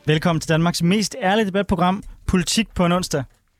Velkommen til Danmarks mest ærlige debatprogram, Politik på en onsdag.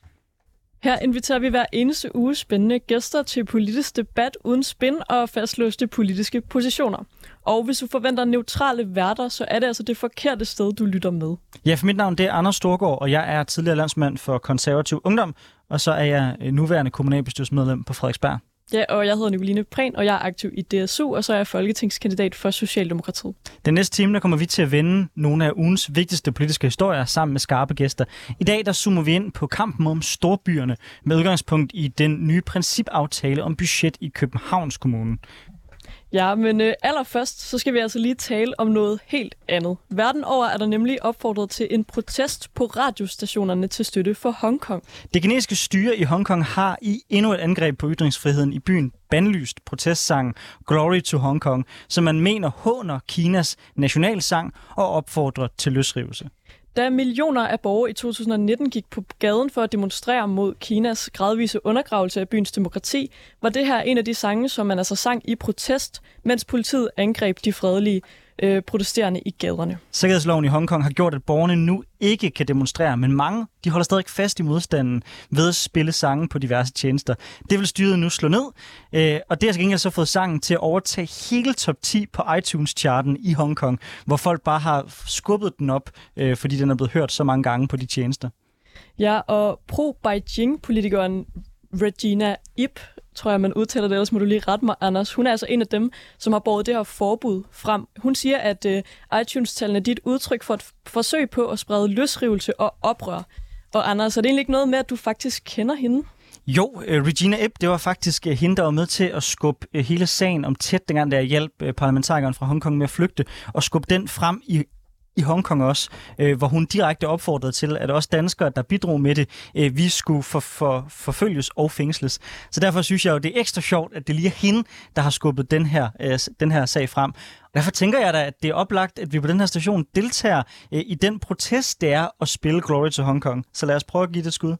Her inviterer vi hver eneste uge spændende gæster til politisk debat uden spin og fastlåste politiske positioner. Og hvis du forventer neutrale værter, så er det altså det forkerte sted, du lytter med. Ja, for mit navn det er Anders Storgård, og jeg er tidligere landsmand for Konservativ Ungdom, og så er jeg nuværende kommunalbestyrelsesmedlem på Frederiksberg. Ja, og jeg hedder Nicoline Prehn, og jeg er aktiv i DSU, og så er jeg folketingskandidat for Socialdemokratiet. Den næste time der kommer vi til at vende nogle af ugens vigtigste politiske historier sammen med skarpe gæster. I dag der zoomer vi ind på kampen om storbyerne med udgangspunkt i den nye principaftale om budget i Københavns Kommune. Ja, men allerførst så skal vi altså lige tale om noget helt andet. Verden over er der nemlig opfordret til en protest på radiostationerne til støtte for Hongkong. Det kinesiske styre i Hongkong har i endnu et angreb på ytringsfriheden i byen bandlyst protestsangen Glory to Hong Kong, som man mener håner Kinas nationalsang og opfordrer til løsrivelse. Da millioner af borgere i 2019 gik på gaden for at demonstrere mod Kinas gradvise undergravelse af byens demokrati, var det her en af de sange, som man altså sang i protest, mens politiet angreb de fredelige protesterende i gaderne. Sikkerhedsloven i Hongkong har gjort, at borgerne nu ikke kan demonstrere, men mange de holder stadig fast i modstanden ved at spille sange på diverse tjenester. Det vil styret nu slå ned, og det har til gengæld så fået sangen til at overtage hele top 10 på iTunes-charten i Hongkong, hvor folk bare har skubbet den op, fordi den er blevet hørt så mange gange på de tjenester. Ja, og pro-Beijing-politikeren Regina Ip, tror jeg, man udtaler det, ellers må du lige rette mig, Anders. Hun er altså en af dem, som har båret det her forbud frem. Hun siger, at iTunes-tallene er et udtryk for et forsøg på at sprede løsrivelse og oprør. Og Anders, er det egentlig ikke noget med, at du faktisk kender hende? Jo, Regina Ip, det var faktisk hende, der var med til at skubbe hele sagen om tæt, dengang der hjalp parlamentarikeren fra Hongkong med at flygte, og skubbe den frem i Hongkong også, hvor hun direkte opfordrede til, at også danskere, der bidrog med det, vi skulle forfølges og fængsles. Så derfor synes jeg jo, det er ekstra sjovt, at det lige er hende, der har skubbet den her sag frem. Og derfor tænker jeg da, at det er oplagt, at vi på den her station deltager i den protest, det er at spille Glory to Hong Kong. Så lad os prøve at give det et skud.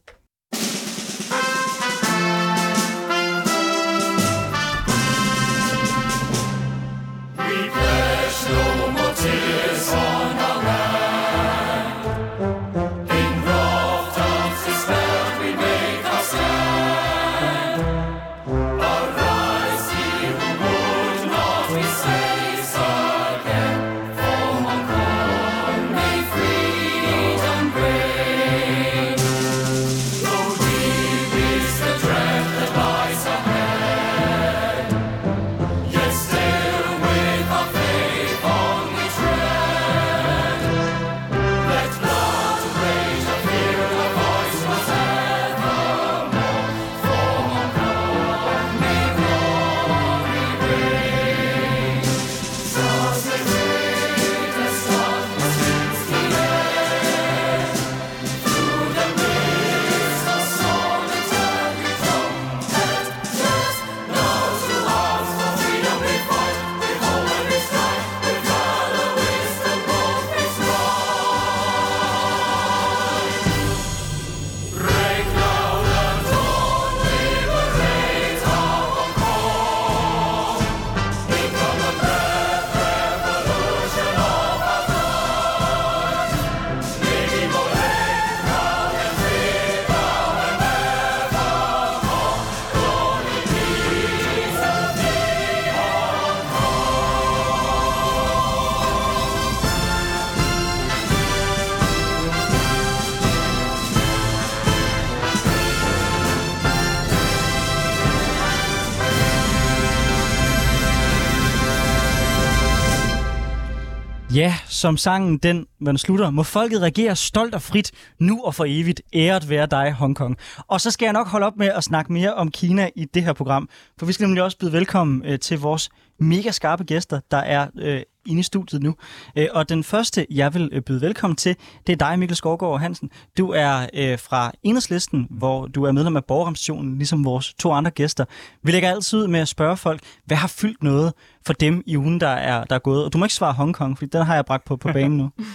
Ja, som sangen den slutter. Må folket regere stolt og frit, nu og for evigt. Æret være dig, Hongkong. Og så skal jeg nok holde op med at snakke mere om Kina i det her program. For vi skal nemlig også byde velkommen til vores mega skarpe gæster, der er inde i studiet nu. Og den første, jeg vil byde velkommen til, det er dig, Mikkel Skovgaard Hansen. Du er fra Enhedslisten, hvor du er medlem af borgerrepræsentationen, ligesom vores to andre gæster. Vi lægger altid ud med at spørge folk, hvad har fyldt noget for dem i ugen, der er gået? Og du må ikke svare Hongkong, for den har jeg bragt på banen nu.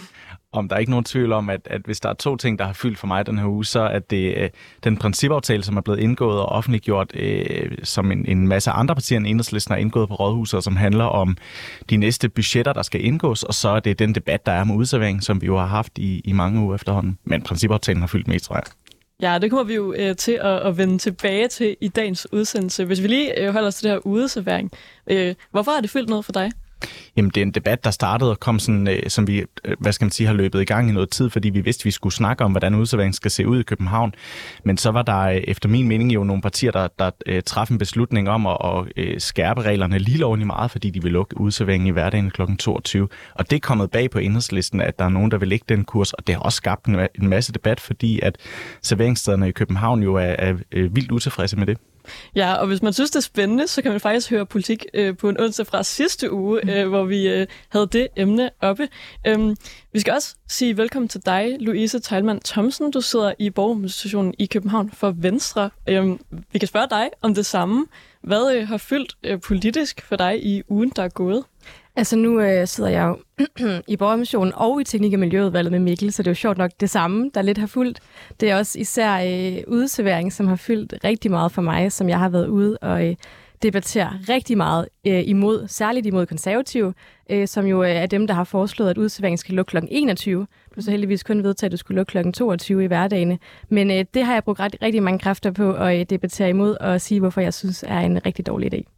om. Der er ikke nogen tvivl om, at hvis der er 2 ting, der har fyldt for mig den her uge, så er det den principaftale, som er blevet indgået og offentliggjort, som en masse andre partier end Enhedslisten har indgået på Rådhuset, som handler om de næste budgetter, der skal indgås, og så er det den debat, der er med udservering, som vi jo har haft i mange uger efterhånden. Men principaftalen har fyldt mest, tror jeg. Ja, det kommer vi jo til at vende tilbage til i dagens udsendelse. Hvis vi lige holder os til det her udeservering, hvorfor har det fyldt noget for dig? Jamen, det er en debat, der startede og kom sådan, som vi, har løbet i gang i noget tid, fordi vi vidste, at vi skulle snakke om, hvordan udservering skal se ud i København. Men så var der, efter min mening, jo nogle partier, der træffede en beslutning om at skærpe reglerne lige lovligt meget, fordi de vil lukke udserveringen i hverdagen kl. 22. Og det er kommet bag på Enhedslisten, at der er nogen, der vil lægge den kurs, og det har også skabt en masse debat, fordi at serveringsstederne i København jo er vildt utilfredse med det. Ja, og hvis man synes, det er spændende, så kan man faktisk høre politik på en onsdag fra sidste uge, hvor vi havde det emne oppe. Vi skal også sige velkommen til dig, Louise Teilmann Thomsen. Du sidder i Borgerrepræsentationen i København for Venstre. Vi kan spørge dig om det samme. Hvad har fyldt politisk for dig i ugen, der er gået? Altså nu sidder jeg jo i Borgerrepræsentationen og i Teknik- og Miljøudvalget med Mikkel, så det er jo sjovt nok det samme, der lidt har fyldt. Det er også især udeservering, som har fyldt rigtig meget for mig, som jeg har været ude og debattere rigtig meget imod, særligt imod konservative, som jo er dem, der har foreslået, at udeserveringen skal lukke kl. 21. Du så heldigvis kun vedtaget, at det skulle lukke kl. 22 i hverdagene. Men det har jeg brugt rigtig mange kræfter på at debattere imod og sige, hvorfor jeg synes er en rigtig dårlig idé.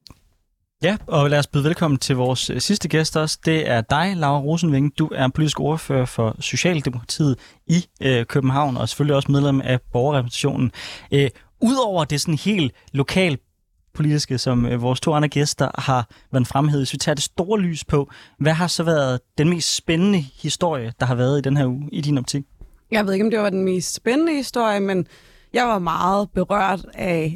Ja, og lad os byde velkommen til vores sidste gæst også. Det er dig, Laura Rosenvinge. Du er politisk ordfører for Socialdemokratiet i København, og selvfølgelig også medlem af Borgerrepræsentationen. Udover det sådan helt lokalt politiske, som vores 2 andre gæster har været fremhævet, hvis vi tager det store lys på, hvad har så været den mest spændende historie, der har været i den her uge, i din optik? Jeg ved ikke, om det var den mest spændende historie, men jeg var meget berørt af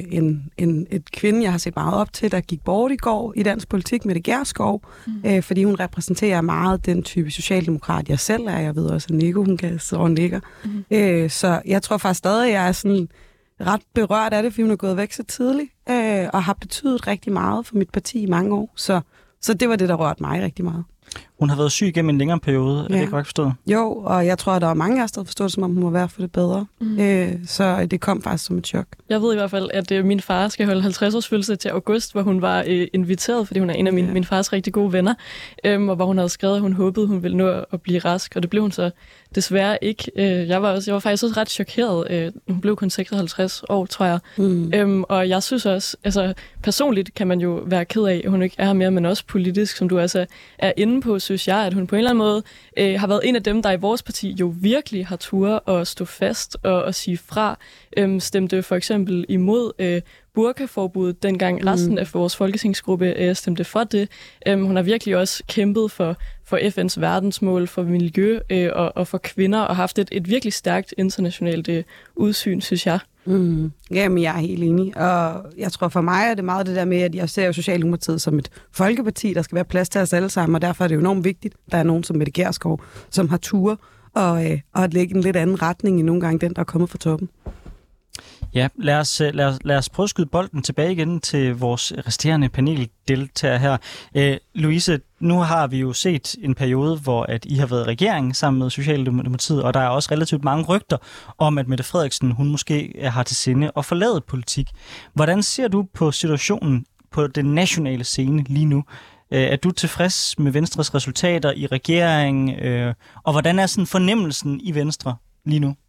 et kvinde, jeg har set meget op til, der gik bort i går i dansk politik, Mette Gjerskov, fordi hun repræsenterer meget den type socialdemokrat, jeg selv er. Jeg ved også, at Nico, hun kan sidde og nikker. Så jeg tror faktisk stadig, at jeg er sådan ret berørt af det, fordi hun er gået væk så tidligt, og har betydet rigtig meget for mit parti i mange år. Så det var det, der rørte mig rigtig meget. Hun har været syg gennem en længere periode, er det korrekt forstået? Jo, og jeg tror, at der var mange af os, der forstod det, som om hun var ved at få det bedre. Så det kom faktisk som et chok. Jeg ved i hvert fald, at min far skal holde 50-års fødselsdag til august, hvor hun var inviteret, fordi hun er en af min fars rigtig gode venner, og hvor hun havde skrevet, at hun håbede, hun ville nå at blive rask, og det blev hun så desværre ikke. Jeg var faktisk også ret chokeret. Hun blev kun 56 år, tror jeg. Og jeg synes også, altså personligt kan man jo være ked af, at hun ikke er her mere, men også politisk, som du også er inde på, synes jeg, at hun på en eller anden måde har været en af dem, der i vores parti jo virkelig har turet at stå fast og sige fra. Stemte for eksempel imod burkaforbuddet, dengang resten af vores folketingsgruppe stemte for det. Hun har virkelig også kæmpet for FN's verdensmål, for miljø og for kvinder, og haft et virkelig stærkt internationalt udsyn, synes jeg. Jamen, jeg er helt enig. Og jeg tror for mig er det meget det der med, at jeg ser Socialdemokratiet som et folkeparti, der skal være plads til os alle sammen, og derfor er det jo enormt vigtigt, der er nogen som Mette Gjerskov, som har tur og at lægge en lidt anden retning end nogle gange den, der er kommet fra toppen. Ja, lad os prøve at skyde bolden tilbage igen til vores resterende paneldeltagere her. Louise, nu har vi jo set en periode, hvor at I har været i regering sammen med Socialdemokratiet, og der er også relativt mange rygter om, at Mette Frederiksen, hun måske har til sinde at forlade politik. Hvordan ser du på situationen på den nationale scene lige nu? Er du tilfreds med Venstres resultater i regeringen, og hvordan er sådan fornemmelsen i Venstre lige nu?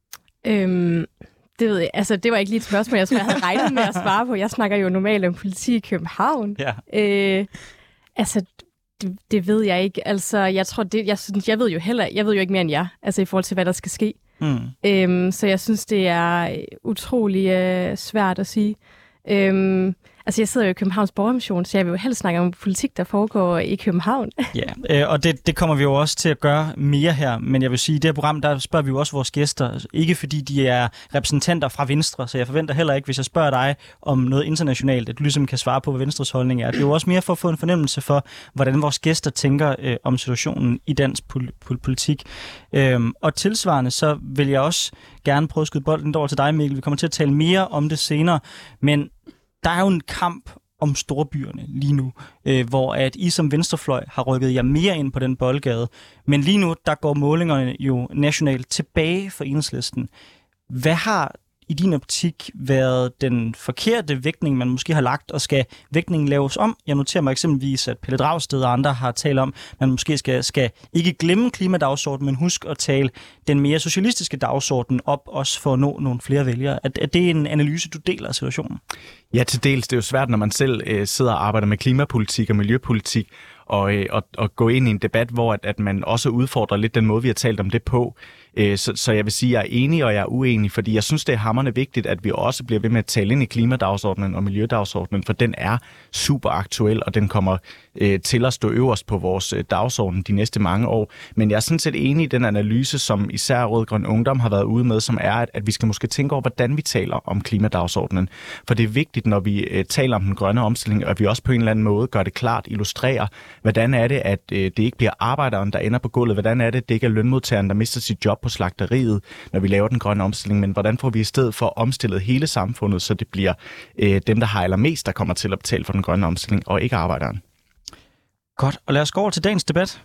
Det ved jeg. Altså, det var ikke lige et spørgsmål, jeg havde regnet med at svare på. Jeg snakker jo normalt om politi i København. Ja. Det ved jeg ikke. Altså, jeg tror, jeg ved jo ikke mere end jer, altså i forhold til, hvad der skal ske. Så jeg synes, det er utrolig svært at sige. Altså, jeg sidder jo i Københavns Borgerrepræsentation, så jeg vil jo helst snakke om politik, der foregår i København. Ja, og det kommer vi jo også til at gøre mere her, men jeg vil sige, i det her program, der spørger vi jo også vores gæster, ikke fordi de er repræsentanter fra Venstre, så jeg forventer heller ikke, hvis jeg spørger dig om noget internationalt, at du ligesom kan svare på, hvad Venstres holdning er. Det er jo også mere for at få en fornemmelse for, hvordan vores gæster tænker om situationen i dansk politik. Og tilsvarende, så vil jeg også gerne prøve at skyde bolden over til dig, Mikkel. Vi kommer til at tale mere om det senere, men der er jo en kamp om storbyerne lige nu, hvor at I som venstrefløj har rykket jer mere ind på den boldgade. Men lige nu, der går målingerne jo nationalt tilbage for Enhedslisten. Hvad har i din optik været den forkerte vægtning, man måske har lagt, og skal vægtningen laves om? Jeg noterer mig eksempelvis, at Pelle Dragsted og andre har talt om, at man måske skal ikke glemme klimadagsordenen, men husk at tale den mere socialistiske dagsorden op, også for at nå nogle flere vælgere. Er det en analyse, du deler af situationen? Ja, til dels. Det er jo svært, når man selv sidder og arbejder med klimapolitik og miljøpolitik, og gå ind i en debat, hvor at man også udfordrer lidt den måde, vi har talt om det på. Så jeg vil sige, at jeg er enig, og jeg er uenig, fordi jeg synes, det er hamrende vigtigt, at vi også bliver ved med at tale ind i klimadagsordenen og miljødagsordenen, for den er super aktuel, og den kommer til at stå øverst på vores dagsorden de næste mange år. Men jeg er sådan set enig i den analyse, som især Rød Grøn Ungdom har været ude med, som er, at vi skal måske tænke over, hvordan vi taler om klimadagsordenen. For det er vigtigt, når vi taler om den grønne omstilling, at vi også på en eller anden måde gør det klart, illustrerer, hvordan er det, at det ikke bliver arbejderen, der ender på gulvet, hvordan er det, at det ikke er lønmodtageren, der mister sit job på slagteriet, når vi laver den grønne omstilling, men hvordan får vi i stedet for omstillet hele samfundet, så det bliver dem, der har allermest, der kommer til at betale for den grønne omstilling, og ikke arbejderen. Godt, og lad os gå over til dagens debat.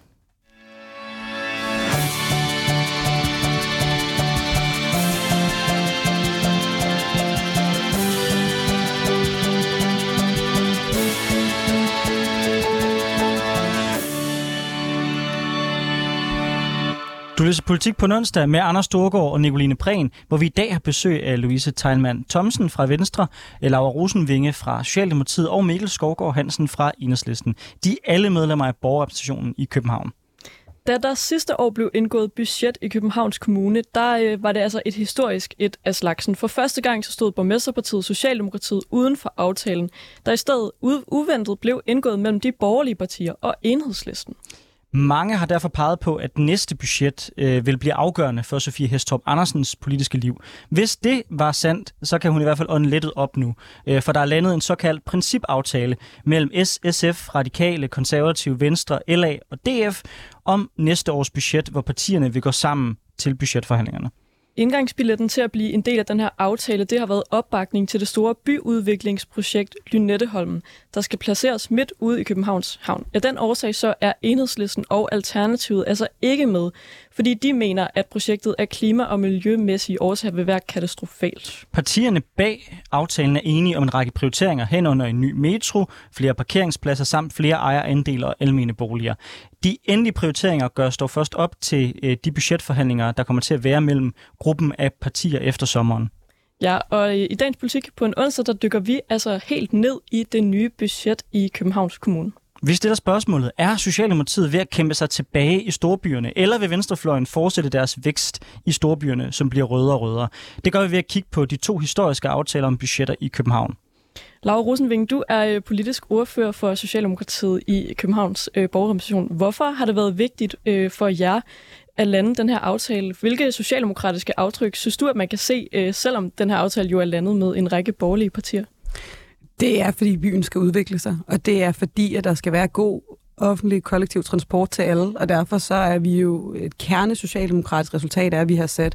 Du læser Politik på onsdag med Anders Storgård og Nicoline Prehn, hvor vi i dag har besøg af Louise Teilmann Thomsen fra Venstre, Laura Rosenvinge fra Socialdemokratiet og Mikkel Skovgaard Hansen fra Enhedslisten. De er alle medlemmer af borgerrepræsentationen i København. Da der sidste år blev indgået budget i Københavns Kommune, der var det altså et historisk et af slagsen. For første gang så stod borgmesterpartiet Socialdemokratiet uden for aftalen, der i stedet uventet blev indgået mellem de borgerlige partier og Enhedslisten. Mange har derfor peget på, at næste budget vil blive afgørende for Sofie Hæstorp Andersens politiske liv. Hvis det var sandt, så kan hun i hvert fald ånde lettet op nu. For der er landet en såkaldt principaftale mellem SF, Radikale, Konservative, Venstre, LA og DF om næste års budget, hvor partierne vil gå sammen til budgetforhandlingerne. Indgangsbilletten til at blive en del af den her aftale, det har været opbakning til det store byudviklingsprojekt Lynetteholmen, der skal placeres midt ude i Københavns Havn. Af den årsag så er Enhedslisten og Alternativet altså ikke med, fordi de mener, at projektet af klima- og miljømæssige årsager vil være katastrofalt. Partierne bag aftalen er enige om en række prioriteringer herunder en ny metro, flere parkeringspladser samt flere ejerandele og almene boliger. De endelige prioriteringer gøres dog først op til de budgetforhandlinger, der kommer til at være mellem gruppen af partier efter sommeren. Ja, og i dagens politik på en onsdag, der dykker vi altså helt ned i det nye budget i Københavns Kommune. Vi stiller spørgsmålet, er Socialdemokratiet ved at kæmpe sig tilbage i storbyerne, eller vil venstrefløjen fortsætte deres vækst i storbyerne, som bliver rødere og rødere? Det gør vi ved at kigge på de 2 historiske aftaler om budgetter i København. Laura Rosenvinge, du er politisk ordfører for Socialdemokratiet i Københavns borgerrepræsentation. Hvorfor har det været vigtigt for jer at lande den her aftale? Hvilke socialdemokratiske aftryk synes du, at man kan se, selvom den her aftale jo er landet med en række borgerlige partier? Det er, fordi byen skal udvikle sig, og det er, fordi at der skal være god offentlig kollektiv transport til alle, og derfor så er vi jo et kerne socialdemokratisk resultat af, at vi har sat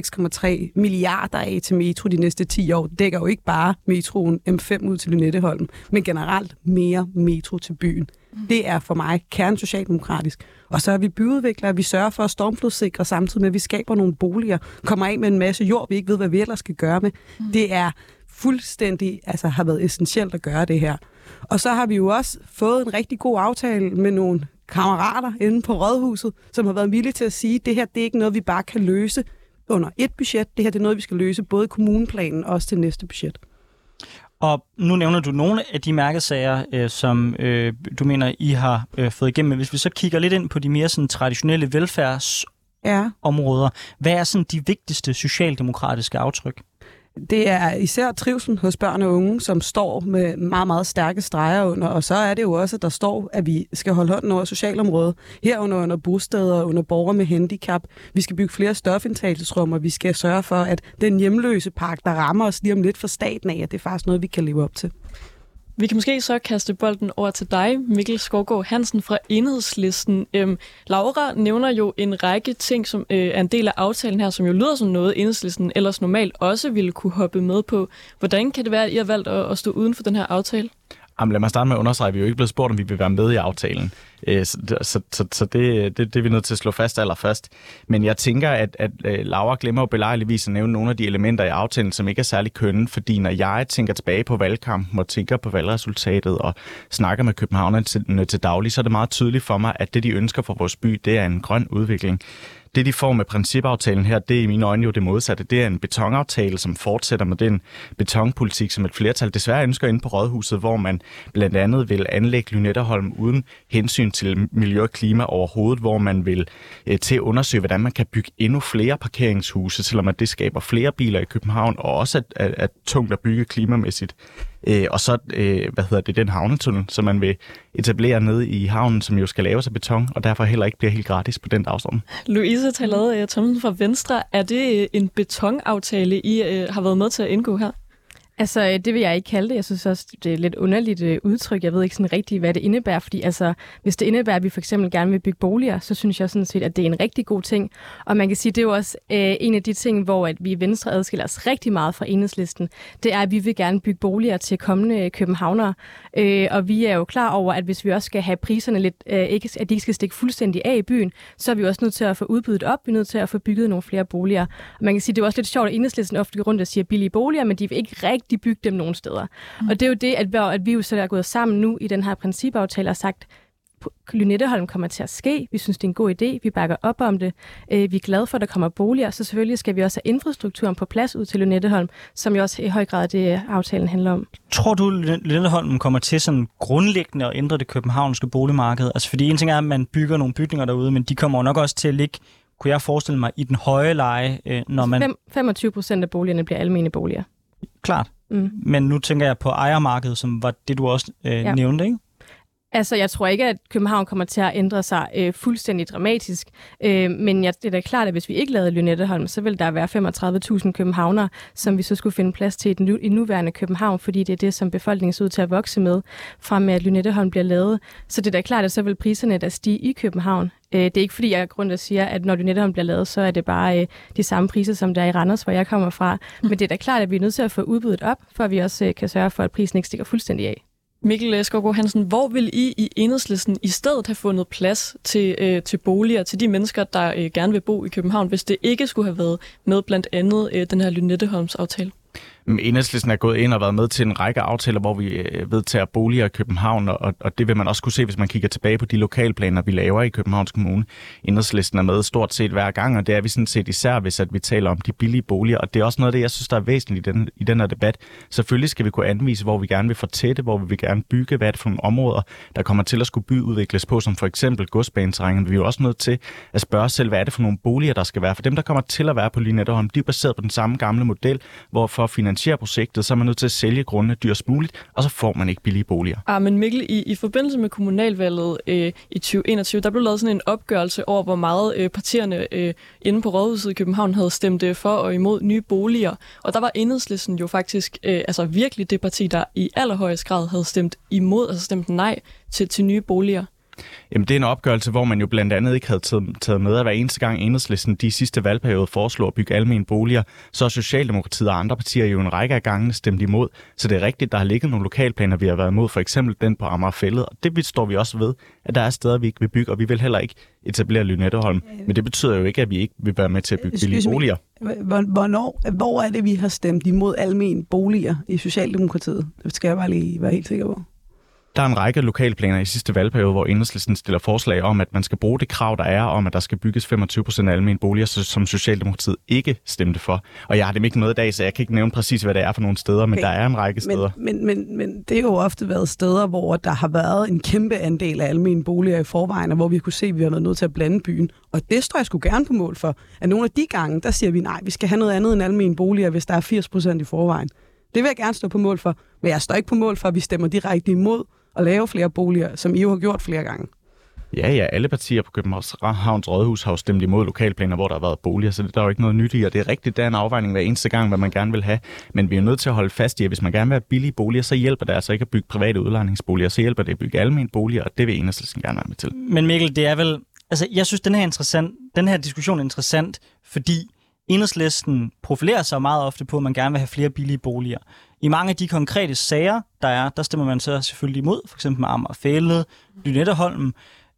6,3 milliarder af til metro de næste 10 år. Det dækker jo ikke bare metroen M5 ud til Lynetteholmen, men generelt mere metro til byen. Det er for mig kerne socialdemokratisk. Og så er vi byudviklere, vi sørger for at stormflodssikre samtidig med, at vi skaber nogle boliger, kommer af med en masse jord, vi ikke ved, hvad vi ellers skal gøre med. Det er fuldstændig, har været essentielt at gøre det her. Og så har vi jo også fået en rigtig god aftale med nogle kammerater inde på Rådhuset, som har været villige til at sige, at det her det er ikke noget, vi bare kan løse under et budget. Det her det er noget, vi skal løse både i kommuneplanen og også til næste budget. Og nu nævner du nogle af de mærkesager, som du mener, I har fået igennem. Hvis vi så kigger lidt ind på de mere sådan, traditionelle velfærdsområder, hvad er sådan de vigtigste socialdemokratiske aftryk? Det er især trivsel hos børn og unge, som står med meget, meget stærke streger under, og så er det jo også, at der står, at vi skal holde hånden over socialområdet, herunder under bosteder, under borgere med handicap. Vi skal bygge flere stofindtagelsesrum, og vi skal sørge for, at den hjemløse pakke, der rammer os lige om lidt fra staten af, at det er faktisk noget, vi kan leve op til. Vi kan måske så kaste bolden over til dig, Mikkel Skovgaard Hansen fra Enhedslisten. Laura nævner jo en række ting, som er en del af aftalen her, som jo lyder som noget, Enhedslisten ellers normalt også ville kunne hoppe med på. Hvordan kan det være, at I har valgt at stå uden for den her aftale? Jamen, lad mig starte med at understrege, at vi er jo ikke blevet spurgt, om vi vil være med i aftalen. Så det er vi nødt til at slå fast allerførst. Men jeg tænker, at Laura glemmer jo belejligvis at nævne nogle af de elementer i aftalen, som ikke er særlig kønne, fordi når jeg tænker tilbage på valgkampen og tænker på valgresultatet og snakker med københavnerne til daglig, så er det meget tydeligt for mig, at det, de ønsker for vores by, det er en grøn udvikling. Det, de får med principaftalen her, det er i mine øjne jo det modsatte. Det er en betonaftale, som fortsætter med den betonpolitik, som et flertal desværre ønsker inde på Rådhuset, hvor man blandt andet vil anlægge Lynetteholm uden hensyn til miljø og klima overhovedet, hvor man vil til at undersøge, hvordan man kan bygge endnu flere parkeringshuse, selvom at det skaber flere biler i København, og også er tungt at bygge klimamæssigt. Og så, den havnetunnel, som man vil etablere nede i havnen, som jo skal laves af beton, og derfor heller ikke bliver helt gratis på den dagsorden. Louise Talade Thomsen fra Venstre, er det en betonaftale, I har været med til at indgå her? Altså, det vil jeg ikke kalde det. Jeg synes også, det er et lidt underligt udtryk. Jeg ved ikke sådan rigtigt, hvad det indebærer, fordi altså, hvis det indebærer, at vi for eksempel gerne vil bygge boliger, så synes jeg sådan set, at det er en rigtig god ting. Og man kan sige, det er jo også en af de ting, hvor at vi i Venstre adskiller os rigtig meget fra Enhedslisten. Det er, at vi vil gerne bygge boliger til kommende københavnere. Og vi er jo klar over, at hvis vi også skal have priserne lidt, at de ikke skal stikke fuldstændig af i byen, så er vi også nødt til at få udbuddet op. Vi er nødt til at få bygget nogle flere boliger. Og man kan sige, det er også lidt sjovt, at Enhedslisten ofte går rundt og siger billige boliger, men de vil ikke rigtig bygge dem nogen steder. Og det er jo det, at vi jo så er gået sammen nu i den her principaftale og sagt, Lynetteholm kommer til at ske. Vi synes, det er en god idé. Vi bakker op om det. Vi er glade for, at der kommer boliger. Så selvfølgelig skal vi også have infrastrukturen på plads ud til Lynetteholm, som jo også i høj grad det, aftalen handler om. Tror du, Lynetteholm kommer til sådan grundlæggende at ændre det københavnske boligmarked? Altså, fordi en ting er, at man bygger nogle bygninger derude, men de kommer jo nok også til at ligge, kunne jeg forestille mig, i den høje leje, når man... 25% af boligerne bliver almene boliger. Klart. Men nu tænker jeg på ejermarkedet, som var det, du også nævnte, ikke? Altså, jeg tror ikke, at København kommer til at ændre sig fuldstændig dramatisk. Men det er da klart, at hvis vi ikke lavede Lynetteholm, så vil der være 35.000 københavnere, som vi så skulle finde plads til i nuværende København, fordi det er det, som befolkningen ser ud til at vokse med, fra med at Lynetteholm bliver lavet. Så det er da klart, at så vil priserne der stige i København. Det er ikke fordi, jeg er grund til at sige, at når Lynetteholm bliver lavet, så er det bare de samme priser, som der er i Randers, hvor jeg kommer fra. Men det er da klart, at vi er nødt til at få udbuddet op, for at vi også kan sørge for, at prisen ikke stikker fuldstændig af. Mikkel Skovgaard Hansen, hvor vil I i Enhedslisten i stedet have fundet plads til boliger, til de mennesker, der gerne vil bo i København, hvis det ikke skulle have været med blandt andet den her Lynetteholms-aftale? Enhedslisten er gået ind og været med til en række aftaler, hvor vi vedtager boliger i København, og det vil man også kunne se, hvis man kigger tilbage på de lokalplaner, vi laver i Københavns Kommune. Enhedslisten er med stort set hver gang, og det er vi sådan set især, hvis at vi taler om de billige boliger, og det er også noget af det, jeg synes, der er væsentligt i den her debat. Selvfølgelig skal vi kunne anvise, hvor vi gerne vil fortætte, hvor vi vil gerne bygge, hvad er det for nogle områder, der kommer til at skulle byudvikles på, som for eksempel godsbaneterrænet. Vi er jo også nødt til at spørge os selv, hvad er det for nogle boliger, der skal være. For dem, der kommer til at være på Lynetteholm, de er baseret på den samme gamle model, hvor for at finansiere projektet, så er man nødt til at sælge grundene dyrest muligt, og så får man ikke billige boliger. Men Mikkel, i forbindelse med kommunalvalget i 2021, der blev lavet sådan en opgørelse over, hvor meget partierne inde på Rådhuset i København havde stemt for og imod nye boliger. Og der var Enhedslisten jo faktisk virkelig det parti, der i allerhøjeste grad havde stemt imod, altså stemt nej til nye boliger. Jamen, det er en opgørelse, hvor man jo blandt andet ikke havde taget med, at hver eneste gang Enhedslisten de sidste valgperiode foreslår at bygge almene boliger, så er Socialdemokratiet og andre partier jo en række af gangene stemt imod. Så det er rigtigt, der har ligget nogle lokalplaner, vi har været imod, for eksempel den på Amagerfælled, og det står vi også ved, at der er steder, vi ikke vil bygge, og vi vil heller ikke etablere Lynetteholm. Men det betyder jo ikke, at vi ikke vil være med til at bygge billige boliger. Hvor er det, vi har stemt imod almene boliger i Socialdemokratiet? Det skal jeg bare lige være helt sikker på. Der er en række lokalplaner i sidste valgperiode, hvor Enhedslisten stiller forslag om, at man skal bruge det krav, der er om, at der skal bygges 25% af almene boliger, som Socialdemokratiet ikke stemte for. Og jeg har dem ikke med i dag, så jeg kan ikke nævne præcis, hvad det er for nogle steder, men der er en række steder. Men det har jo ofte været steder, hvor der har været en kæmpe andel af almene boliger i forvejen, og hvor vi kunne se, at vi har været nødt til at blande byen. Og det står jeg sgu gerne på mål for. At nogle af de gange, der siger vi, nej, vi skal have noget andet end almene boliger, hvis der er 80% i forvejen. Det vil jeg gerne stå på mål for, men jeg står ikke på mål for, at vi stemmer direkte imod at lave flere boliger, som I jo har gjort flere gange. Ja, alle partier på Københavns Rådhus har jo stemt imod lokalplaner, hvor der har været boliger, så der er jo ikke noget nyt i, og det er rigtigt, der er en afvejning hver eneste gang, hvad man gerne vil have. Men vi er nødt til at holde fast i, at hvis man gerne vil have billige boliger, så hjælper det altså ikke at bygge private udlejningsboliger, så hjælper det at bygge almene boliger, og det vil Enhedslisten gerne være med til. Men Mikkel, det er vel... Altså, jeg synes, den her diskussion er interessant, fordi Enhedslisten profilerer sig meget ofte på, at man gerne vil have flere billige boliger. I mange af de konkrete sager, der stemmer man så selvfølgelig imod, for eksempel med Amager Fælled, Lynetteholm.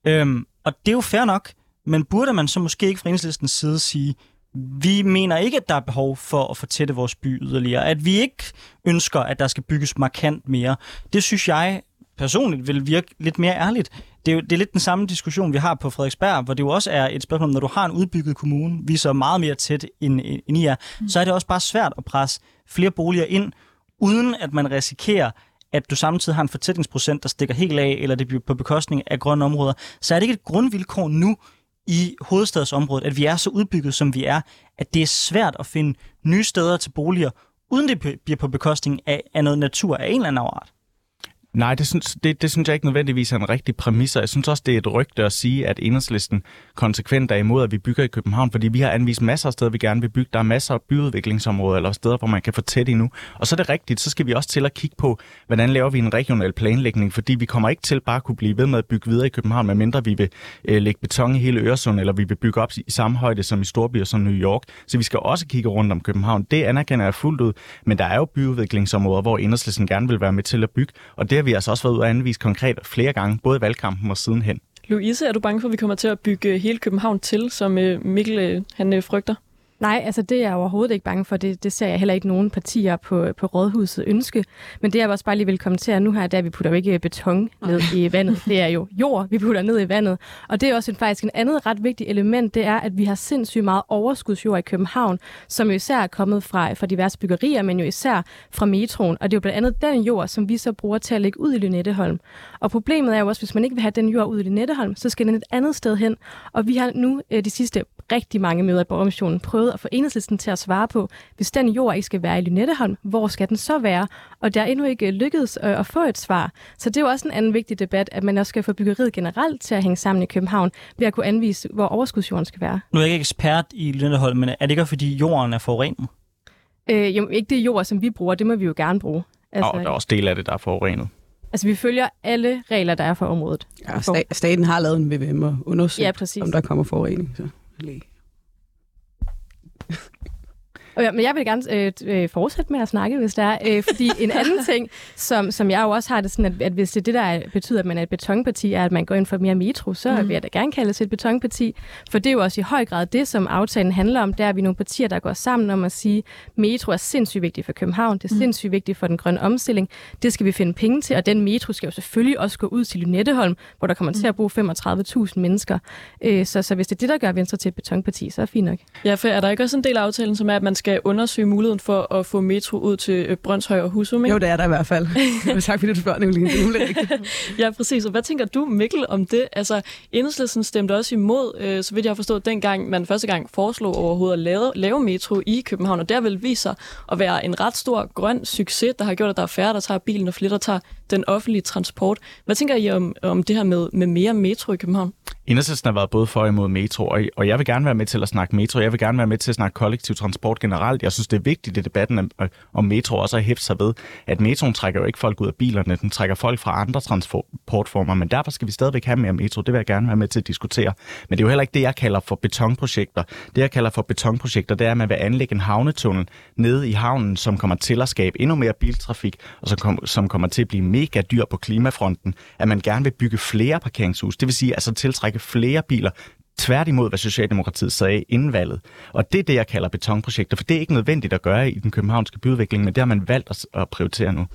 Og det er jo fair nok, men burde man så måske ikke fra Enhedslistens side sige, vi mener ikke, at der er behov for at fortætte vores by yderligere, at vi ikke ønsker, at der skal bygges markant mere. Det synes jeg personligt vil virke lidt mere ærligt. Det er lidt den samme diskussion, vi har på Frederiksberg, hvor det jo også er et spørgsmål, når du har en udbygget kommune, vi er så meget mere tæt end I er, så er det også bare svært at presse flere boliger ind, uden at man risikerer, at du samtidig har en fortætningsprocent, der stikker helt af, eller det bliver på bekostning af grønne områder. Så er det ikke et grundvilkår nu i hovedstadsområdet, at vi er så udbygget, som vi er, at det er svært at finde nye steder til boliger, uden det bliver på bekostning af noget natur af en eller anden art. Nej, det synes jeg ikke nødvendigvis er en rigtig præmis, og jeg synes også, det er et rygte at sige, at Enhedslisten konsekvent er imod, at vi bygger i København, fordi vi har anvist masser af steder, vi gerne vil bygge. Der er masser af byudviklingsområder eller steder, hvor man kan få tæt endnu. Og så er det rigtigt, så skal vi også til at kigge på, hvordan laver vi en regional planlægning, fordi vi kommer ikke til bare at kunne blive ved med at bygge videre i København, medmindre vi vil lægge beton i hele Øresund, eller vi vil bygge op i samme højde som i storbyer som New York. Så vi skal også kigge rundt om København. Det anerkender jeg fuldt ud, men der er jo byudviklingsområder, hvor Enhedslisten gerne vil være med til at bygge, og det har vi altså også været ude at anvise konkret flere gange, både i valgkampen og sidenhen. Louise, er du bange for, at vi kommer til at bygge hele København til, som Mikkel han frygter? Nej, altså det er jeg overhovedet ikke bange for. Det ser jeg heller ikke nogen partier på Rådhuset ønske. Men det jeg også bare lige vil kommentere nu her, det er, at vi putter jo ikke beton ned i vandet. Det er jo jord, vi putter ned i vandet. Og det er også faktisk en andet ret vigtigt element, det er, at vi har sindssygt meget overskudsjord i København, som jo især er kommet fra diverse byggerier, men jo især fra metroen. Og det er jo blandt andet den jord, som vi så bruger til at lægge ud i Lynetteholm. Og problemet er jo også, hvis man ikke vil have den jord ud i Lynetteholm, så skal den et andet sted hen. Og vi har nu de sidste rigtig mange møder i Borgermissionen prøvet at få Enhedslisten til at svare på, hvis den jord ikke skal være i Lynetteholm, hvor skal den så være? Og der er endnu ikke lykkedes at få et svar. Så det er jo også en anden vigtig debat, at man også skal få byggeriet generelt til at hænge sammen i København, ved at kunne anvise, hvor overskudsjorden skal være. Nu er jeg ikke ekspert i Lynetteholm, men er det ikke fordi jorden er forurenet? Jo, ikke det jord, som vi bruger, det må vi jo gerne bruge. Altså, og der er også del af det, der er forurenet. Altså, vi følger alle regler, der er for området. Ja, staten har lavet en VVM og undersøgt, om der kommer forurening. Så. Ja, men jeg vil gerne fortsætte med at snakke, hvis der er. Fordi en anden ting, som jeg jo også har det sådan, at hvis det der betyder, at man er et betonparti, er, at man går ind for mere metro, så vil jeg da gerne kalde det et betonparti. For det er jo også i høj grad det, som aftalen handler om. Der er vi nogle partier, der går sammen om at sige, at metro er sindssygt vigtigt for København. Det er sindssygt vigtigt for den grønne omstilling. Det skal vi finde penge til, og den metro skal jo selvfølgelig også gå ud til Lynetteholm, hvor der kommer til at bo 35.000 mennesker. Så hvis det er det, der gør Venstre til et betonparti, så er det fint nok. Ja, for er der ikke også en del af aftalen, som er, at man skal undersøge muligheden for at få metro ud til Brønshøj og Husum, ikke? Jo, det er der i hvert fald. Tak fordi du spørger, Nicoline. Ja, præcis. Og hvad tænker du, Mikkel, om det? Altså, Enhedslisten stemte også imod, så vidt jeg har forstået, dengang man første gang foreslog overhovedet at lave metro i København, og der vil vise sig at være en ret stor grøn succes, der har gjort, at der er færre, der tager bilen, og flere, der tager den offentlige transport. Hvad tænker I om det her med mere metro i København? Enhedslisten har været både for og imod metro, og jeg vil gerne være med til at snakke metro. Jeg vil gerne være med til at snakke kollektiv transport generelt. Jeg synes, det er vigtigt i debatten om metro også at hæfte sig ved, at metroen trækker jo ikke folk ud af bilerne, den trækker folk fra andre transportformer, men derfor skal vi stadigvæk have mere metro. Det vil jeg gerne være med til at diskutere. Men det er jo heller ikke det, jeg kalder for betonprojekter. Det, jeg kalder for betonprojekter, det er, at man vil anlægge en havnetunnel nede i havnen, som kommer til at skabe endnu mere biltrafik, og som kommer til at blive mega dyr på klimafronten. At man gerne vil bygge flere parkeringshus, det vil sige altså tiltrække flere biler, tværtimod hvad Socialdemokratiet sagde inden valget. Og det er det, jeg kalder betonprojekter, for det er ikke nødvendigt at gøre i den københavnske byudvikling, men det har man valgt at prioritere nu.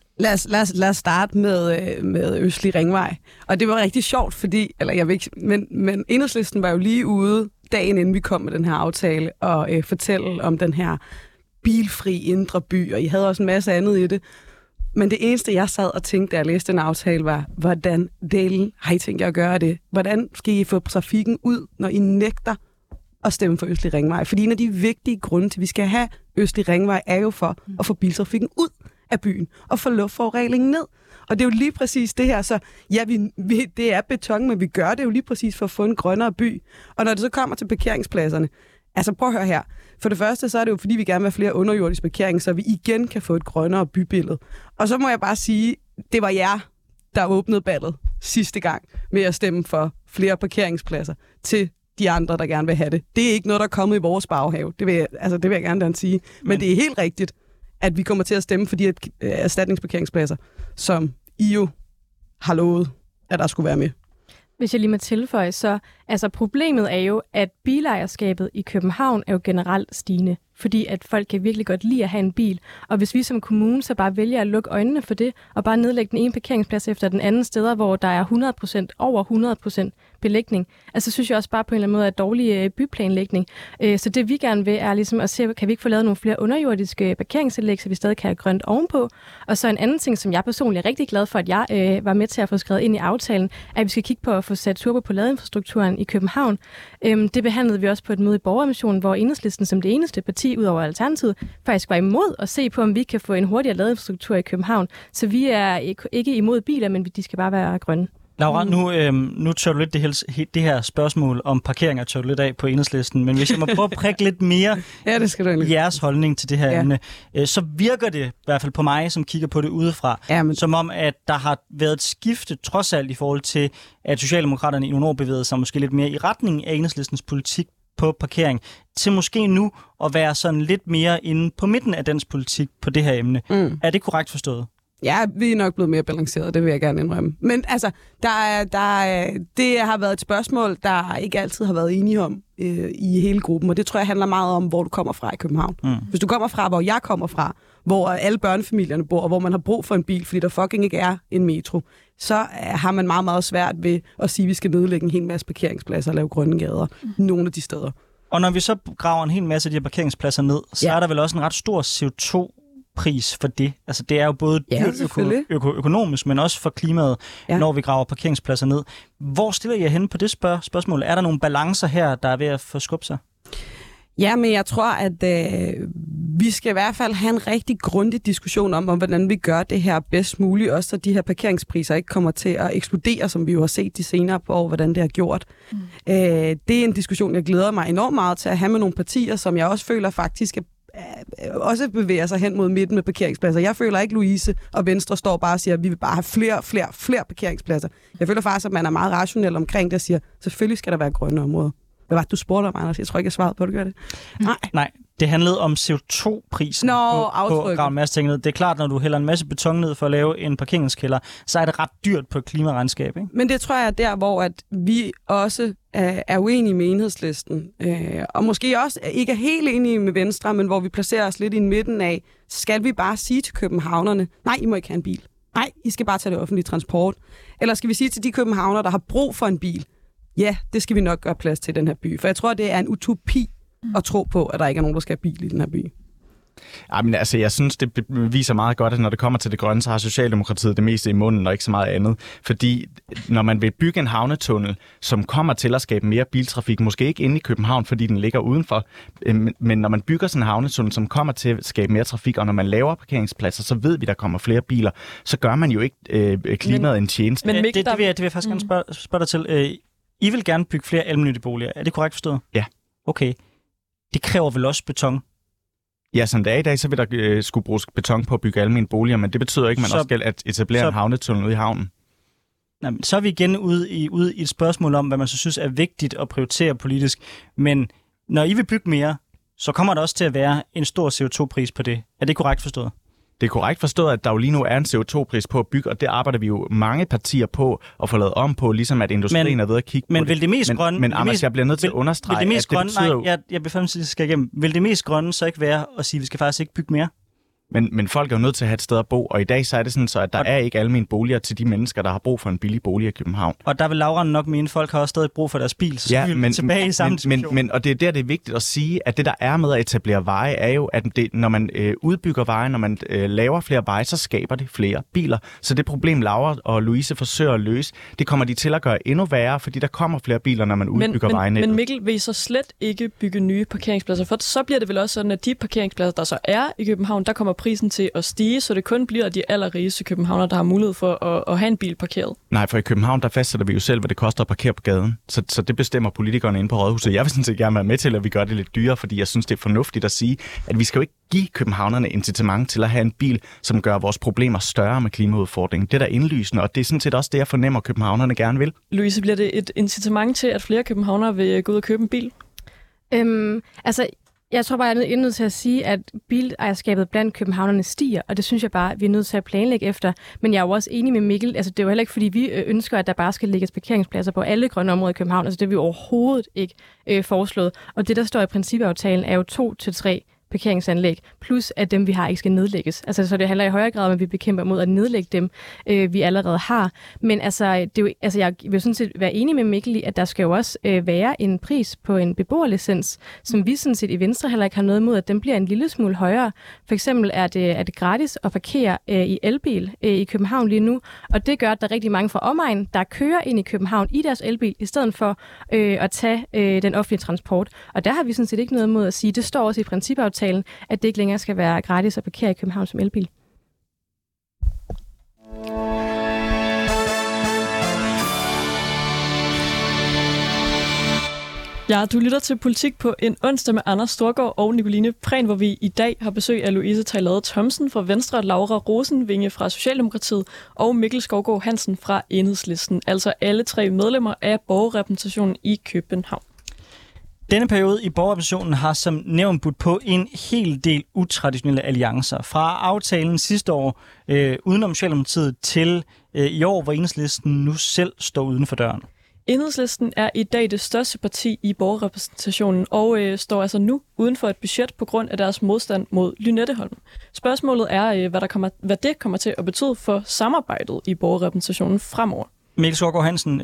Lad os starte med Østlig Ringvej. Og det var rigtig sjovt, fordi, eller jeg ved ikke, men Enhedslisten var jo lige ude dagen inden vi kom med den her aftale og fortælle om den her bilfri indre by, og I havde også en masse andet i det. Men det eneste, jeg sad og tænkte, da jeg læste den aftale, var, hvordan delen har I tænkt jer at gøre det? Hvordan skal I få trafikken ud, når I nægter at stemme for Østlig Ringvej? Fordi en af de vigtige grunde til, at vi skal have Østlig Ringvej, er jo for at få biltrafikken ud af byen og få luftforureningen ned. Og det er jo lige præcis det her, så ja, det er beton, men vi gør det jo lige præcis for at få en grønnere by. Og når det så kommer til parkeringspladserne, altså prøv at høre her. For det første, så er det jo fordi, vi gerne vil have flere underjordiske parkeringer, så vi igen kan få et grønnere bybillede. Og så må jeg bare sige, det var jer, der åbnede ballet sidste gang med at stemme for flere parkeringspladser til de andre, der gerne vil have det. Det er ikke noget, der er kommet i vores baghave. Det vil jeg gerne sige. Men det er helt rigtigt, at vi kommer til at stemme for de erstatningsparkeringspladser, som I jo har lovet, at der skulle være med. Hvis jeg lige må tilføje, så altså problemet er jo, at bilejerskabet i København er jo generelt stigende, fordi at folk kan virkelig godt lide at have en bil. Og hvis vi som kommune så bare vælger at lukke øjnene for det, og bare nedlægge den ene parkeringsplads efter den anden steder, hvor der er 100%, over 100% belægning, altså synes jeg også bare på en eller anden måde er dårlig byplanlægning. Så det vi gerne vil er ligesom at se, kan vi ikke få lavet nogle flere underjordiske parkeringsanlæg, så vi stadig kan have grønt ovenpå. Og så en anden ting, som jeg personligt er rigtig glad for, at jeg var med til at få skrevet ind i aftalen, er, at vi skal kigge på at få sat turbo på ladeinfrastrukturen i København. Det behandlede vi også på et møde i Borgermissionen, hvor Enhedslisten som det eneste parti ud over Alternativet faktisk var imod at se på, om vi kan få en hurtigere ladeinfrastruktur i København. Så vi er ikke imod biler, men de skal bare være grønne. Laura, nu tør du lidt det her spørgsmål om parkeringer tør du lidt af på Enhedslisten, men hvis jeg må prøve at prikke lidt mere det skal du jeres holdning til det her emne, så virker det i hvert fald på mig, som kigger på det udefra, som om, at der har været et skifte trods alt i forhold til, at Socialdemokraterne i nogle år bevægede sig måske lidt mere i retning af Enhedslistens politik på parkering, til måske nu at være sådan lidt mere inde på midten af dens politik på det her emne. Er det korrekt forstået? Ja, vi er nok blevet mere balanceret, det vil jeg gerne indrømme. Men altså, det har været et spørgsmål, der ikke altid har været enige om i hele gruppen, og det tror jeg handler meget om, hvor du kommer fra i København. Hvis du kommer fra, hvor jeg kommer fra, hvor alle børnefamilierne bor, og hvor man har brug for en bil, fordi der fucking ikke er en metro, så har man meget, meget svært ved at sige, at vi skal nedlægge en hel masse parkeringspladser og lave grønne gader nogle af de steder. Og når vi så graver en hel masse af de her parkeringspladser ned, så er der vel også en ret stor CO2-pris for det. Altså det er jo både økonomisk, men også for klimaet, når vi graver parkeringspladser ned. Hvor stiller I jer hen på det spørgsmål? Er der nogle balancer her, der er ved at forskubbe sig? Ja, men jeg tror, at vi skal i hvert fald have en rigtig grundig diskussion om, hvordan vi gør det her bedst muligt, også så de her parkeringspriser ikke kommer til at eksplodere, som vi jo har set de senere på år, hvordan det har gjort. Det er en diskussion, jeg glæder mig enormt meget til at have med nogle partier, som jeg også føler faktisk også bevæger sig hen mod midten med parkeringspladser. Jeg føler ikke, Louise og Venstre står bare og siger, at vi vil bare have flere parkeringspladser. Jeg føler faktisk, at man er meget rationel omkring det og siger, selvfølgelig skal der være grønne områder. Hvad var det, du spurgte om, Anders? Jeg tror ikke, jeg svarede på, du gør det. Nej, det handlede om CO2-prisen på at grave en masse ting ned. Det er klart, når du hælder en masse beton ned for at lave en parkeringskælder, så er det ret dyrt på et klimaregnskab, ikke? Men det tror jeg er der, hvor at vi også er uenige med Enhedslisten. Og måske også ikke er helt enige med Venstre, men hvor vi placerer os lidt i midten af, skal vi bare sige til københavnerne, nej, I må ikke have en bil. Nej, I skal bare tage det offentlige transport. Eller skal vi sige til de københavnere, der har brug for en bil, ja, det skal vi nok gøre plads til i den her by. For jeg tror, det er en utopi at tro på, at der ikke er nogen, der skal have bil i den her by. Men altså, jeg synes, det viser meget godt, at når det kommer til det grønne, så har Socialdemokratiet det meste i munden og ikke så meget andet. Fordi når man vil bygge en havnetunnel, som kommer til at skabe mere biltrafik, måske ikke inde i København, fordi den ligger udenfor, men når man bygger sådan en havnetunnel, som kommer til at skabe mere trafik, og når man laver parkeringspladser, så ved vi, der kommer flere biler, så gør man jo ikke klimaet en tjeneste. Men det vil jeg faktisk gerne spørge dig til. I vil gerne bygge flere almennyttige boliger. Er det korrekt forstået? Ja. Okay. Det kræver vel også beton? Ja, som det er i dag, så vil der skulle bruges beton på at bygge almene boliger, men det betyder ikke, at man også skal etablere en havnetunnel ude i havnen. Nej, så er vi igen ude i et spørgsmål om, hvad man så synes er vigtigt at prioritere politisk. Men når I vil bygge mere, så kommer der også til at være en stor CO2-pris på det. Er det korrekt forstået? Det er korrekt forstået, at der jo lige nu er en CO2-pris på at bygge, og det arbejder vi jo mange partier på at få lavet om på, ligesom at industrien er ved at kigge på det. Men vil det mest grønne... Men Anders, jeg bliver nødt til at understrege, at det betyder jo... Nej, jeg bliver faktisk skal igennem. Vil det mest grønne så ikke være at sige, at vi skal faktisk ikke bygge mere? Men folk er jo nødt til at have et sted at bo, og i dag så er det sådan, så at der er ikke almene boliger til de mennesker, der har brug for en billig bolig i København. Og der vil Laura nok mene, at folk har også stadig brug for deres bil, så vi vil tilbage i samme diskussion. Men og det er der, det er vigtigt at sige, at det der er med at etablere veje, er jo, at når man udbygger veje, når man laver flere veje, så skaber det flere biler. Så det problem, Laura og Louise forsøger at løse, det kommer de til at gøre endnu værre, fordi der kommer flere biler, når man udbygger vejene. Men Mikkel, vil I så slet ikke bygge nye parkeringspladser? For så bliver det vel også sådan, at de parkeringspladser, der så er i København, der kommer prisen til at stige, så det kun bliver de allerrigeste københavnere, der har mulighed for at have en bil parkeret. Nej, for i København, der fastsætter vi jo selv, hvad det koster at parkere på gaden. Så det bestemmer politikerne inde på Rådhuset. Jeg vil sådan set gerne være med til, at vi gør det lidt dyrere, fordi jeg synes, det er fornuftigt at sige, at vi skal jo ikke give københavnerne incitament til at have en bil, som gør vores problemer større med klimaudfordringen. Det er der indlysende, og det er sådan set også det, jeg fornemmer, at københavnerne gerne vil. Louise, bliver det et incitament til, at flere københavnere vil gå ud og købe en bil? Altså, Jeg tror bare, jeg er nødt til at sige, at bilejerskabet blandt københavnerne stiger, og det synes jeg bare, vi er nødt til at planlægge efter. Men jeg er jo også enig med Mikkel. Altså, det er jo heller ikke, fordi vi ønsker, at der bare skal lægges parkeringspladser på alle grønne områder i København. Altså, det har vi overhovedet ikke foreslået. Og det, der står i principaftalen, er jo 2 til 3 parkeringsanlæg, plus at dem, vi har, ikke skal nedlægges. Altså, så det handler i højere grad om, at vi bekæmper mod at nedlægge dem, vi allerede har. Men altså, det er jo, altså, jeg vil sådan set være enig med Mikkel i, at der skal jo også være en pris på en beboerlicens, som vi sådan set i Venstre heller ikke har noget imod, at den bliver en lille smule højere. For eksempel er det gratis at parkere i elbil i København lige nu, og det gør, at der er rigtig mange fra omegn, der kører ind i København i deres elbil, i stedet for at tage den offentlige transport. Og der har vi sådan set ikke noget imod at sige. Det står også i principaftalen, at det ikke længere skal være gratis at parkere i København som elbil. Ja, du lytter til Politik på en onsdag med Anders Storgård og Nicoline Prehn, hvor vi i dag har besøg af Louise Taylade Thomsen fra Venstre, Laura Rosenvinge fra Socialdemokratiet og Mikkel Skovgaard Hansen fra Enhedslisten. Altså alle 3 medlemmer af borgerrepræsentationen i København. Denne periode i borgerrepræsentationen har som nævnt budt på en hel del utraditionelle alliancer. Fra aftalen sidste år udenom Socialdemokratiet til i år, hvor Enhedslisten nu selv står uden for døren. Enhedslisten er i dag det største parti i borgerrepræsentationen og står altså nu uden for et budget på grund af deres modstand mod Lynetteholm. Spørgsmålet er, hvad det kommer til at betyde for samarbejdet i borgerrepræsentationen fremover. Mikkel Skovgaard Hansen,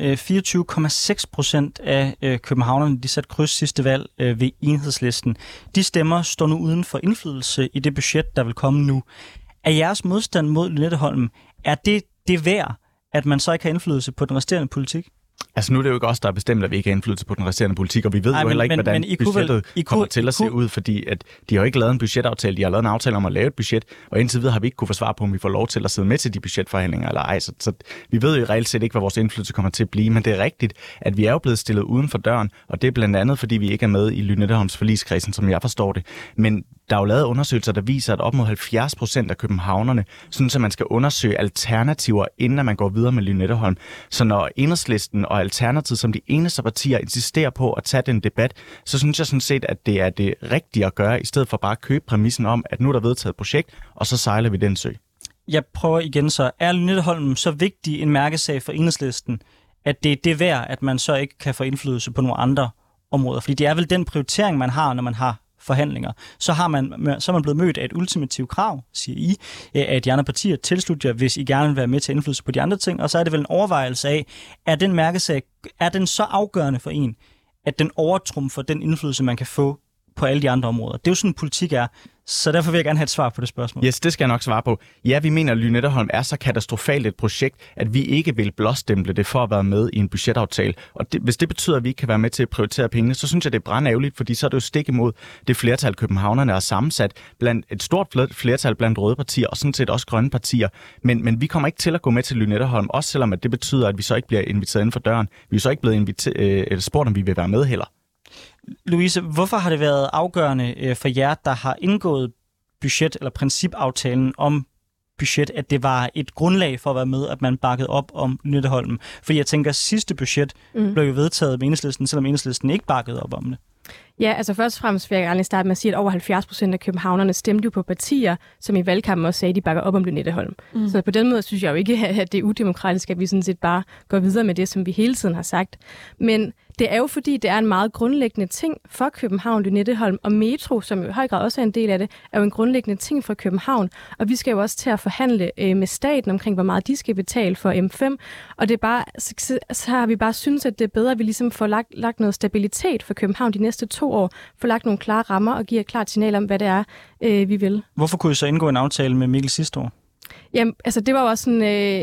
24,6% af københavnerne, de satte kryds sidste valg ved Enhedslisten. De stemmer står nu uden for indflydelse i det budget, der vil komme nu. Er jeres modstand mod Lynetteholm, er det værd, at man så ikke har indflydelse på den resterende politik? Altså nu er det jo ikke os, der har bestemt, at vi ikke har indflydelse på den resterende politik, og vi ved jo heller ikke, hvordan budgettet kommer til at se ud, fordi at de har jo ikke lavet en budgetaftale, de har lavet en aftale om at lave et budget, og indtil videre har vi ikke kunne få svar på, om vi får lov til at sidde med til de budgetforhandlinger eller ej. Så vi ved jo reelt set ikke, hvad vores indflydelse kommer til at blive, men det er rigtigt, at vi er jo blevet stillet uden for døren, og det er blandt andet, fordi vi ikke er med i Lynetteholms forligskredsen, som jeg forstår det. Men der er jo lavet undersøgelser, der viser, at op mod 70% af københavnerne synes, at man skal undersøge alternativer, inden man går videre med Lynetteholm. Så når Enhedslisten og Alternativet som de eneste partier insisterer på at tage den debat, så synes jeg sådan set, at det er det rigtige at gøre, i stedet for bare at købe præmissen om, at nu er der vedtaget et projekt, og så sejler vi den sø. Jeg prøver igen så. Er Lynetteholm så vigtig en mærkesag for Enhedslisten, at det er det værd, at man så ikke kan få indflydelse på nogle andre områder? Fordi det er vel den prioritering, man har, når man har forhandlinger. Så er man blevet mødt af et ultimativt krav, siger I, at de andre partier tilslutter jer, hvis I gerne vil være med til indflydelse på de andre ting. Og så er det vel en overvejelse af, at den mærkesag, er den så afgørende for en, at den overtrumfer den indflydelse, man kan få på alle de andre områder. Det er jo sådan, politik er. Så derfor vil jeg gerne have et svar på det spørgsmål. Yes, det skal jeg nok svare på. Ja, vi mener, at Lynetteholm er så katastrofalt et projekt, at vi ikke vil blåstemple det for at være med i en budgetaftale. Og hvis det betyder, at vi ikke kan være med til at prioritere pengene, så synes jeg, det er brandærgerligt, fordi så er det jo stik imod det flertal, københavnerne er sammensat blandt et stort flertal blandt røde partier, og sådan set også grønne partier. Men vi kommer ikke til at gå med til Lynetteholm, også selvom at det betyder, at vi så ikke bliver inviteret inden for døren. Vi er så ikke blevet spurgt, om vi vil være med heller. Louise, hvorfor har det været afgørende for jer, der har indgået budget- eller principaftalen om budget, at det var et grundlag for at være med, at man bakkede op om Lynetteholm? Fordi jeg tænker, at sidste budget blev jo vedtaget med Enhedslisten, selvom Enhedslisten ikke bakkede op om det. Ja, altså først og fremmest vil jeg gerne starte med at sige, at over 70% af københavnerne stemte jo på partier, som i valgkampen også sagde, at de bakker op om Lynetteholm. Så på den måde synes jeg jo ikke, at det er udemokratisk, at vi sådan set bare går videre med det, som vi hele tiden har sagt. Men det er jo fordi, det er en meget grundlæggende ting for København, Lynetteholm, og metro, som jo i høj grad også er en del af det, er jo en grundlæggende ting for København. Og vi skal jo også til at forhandle med staten omkring, hvor meget de skal betale for M5. Og det er bare, så har vi bare synes, at det er bedre, at vi ligesom får lagt noget stabilitet for København de næste 2 år, får lagt nogle klare rammer og giver et klart signal om, hvad det er, vi vil. Hvorfor kunne I så indgå en aftale med Mikkel sidste år? Jamen, altså det var jo også sådan,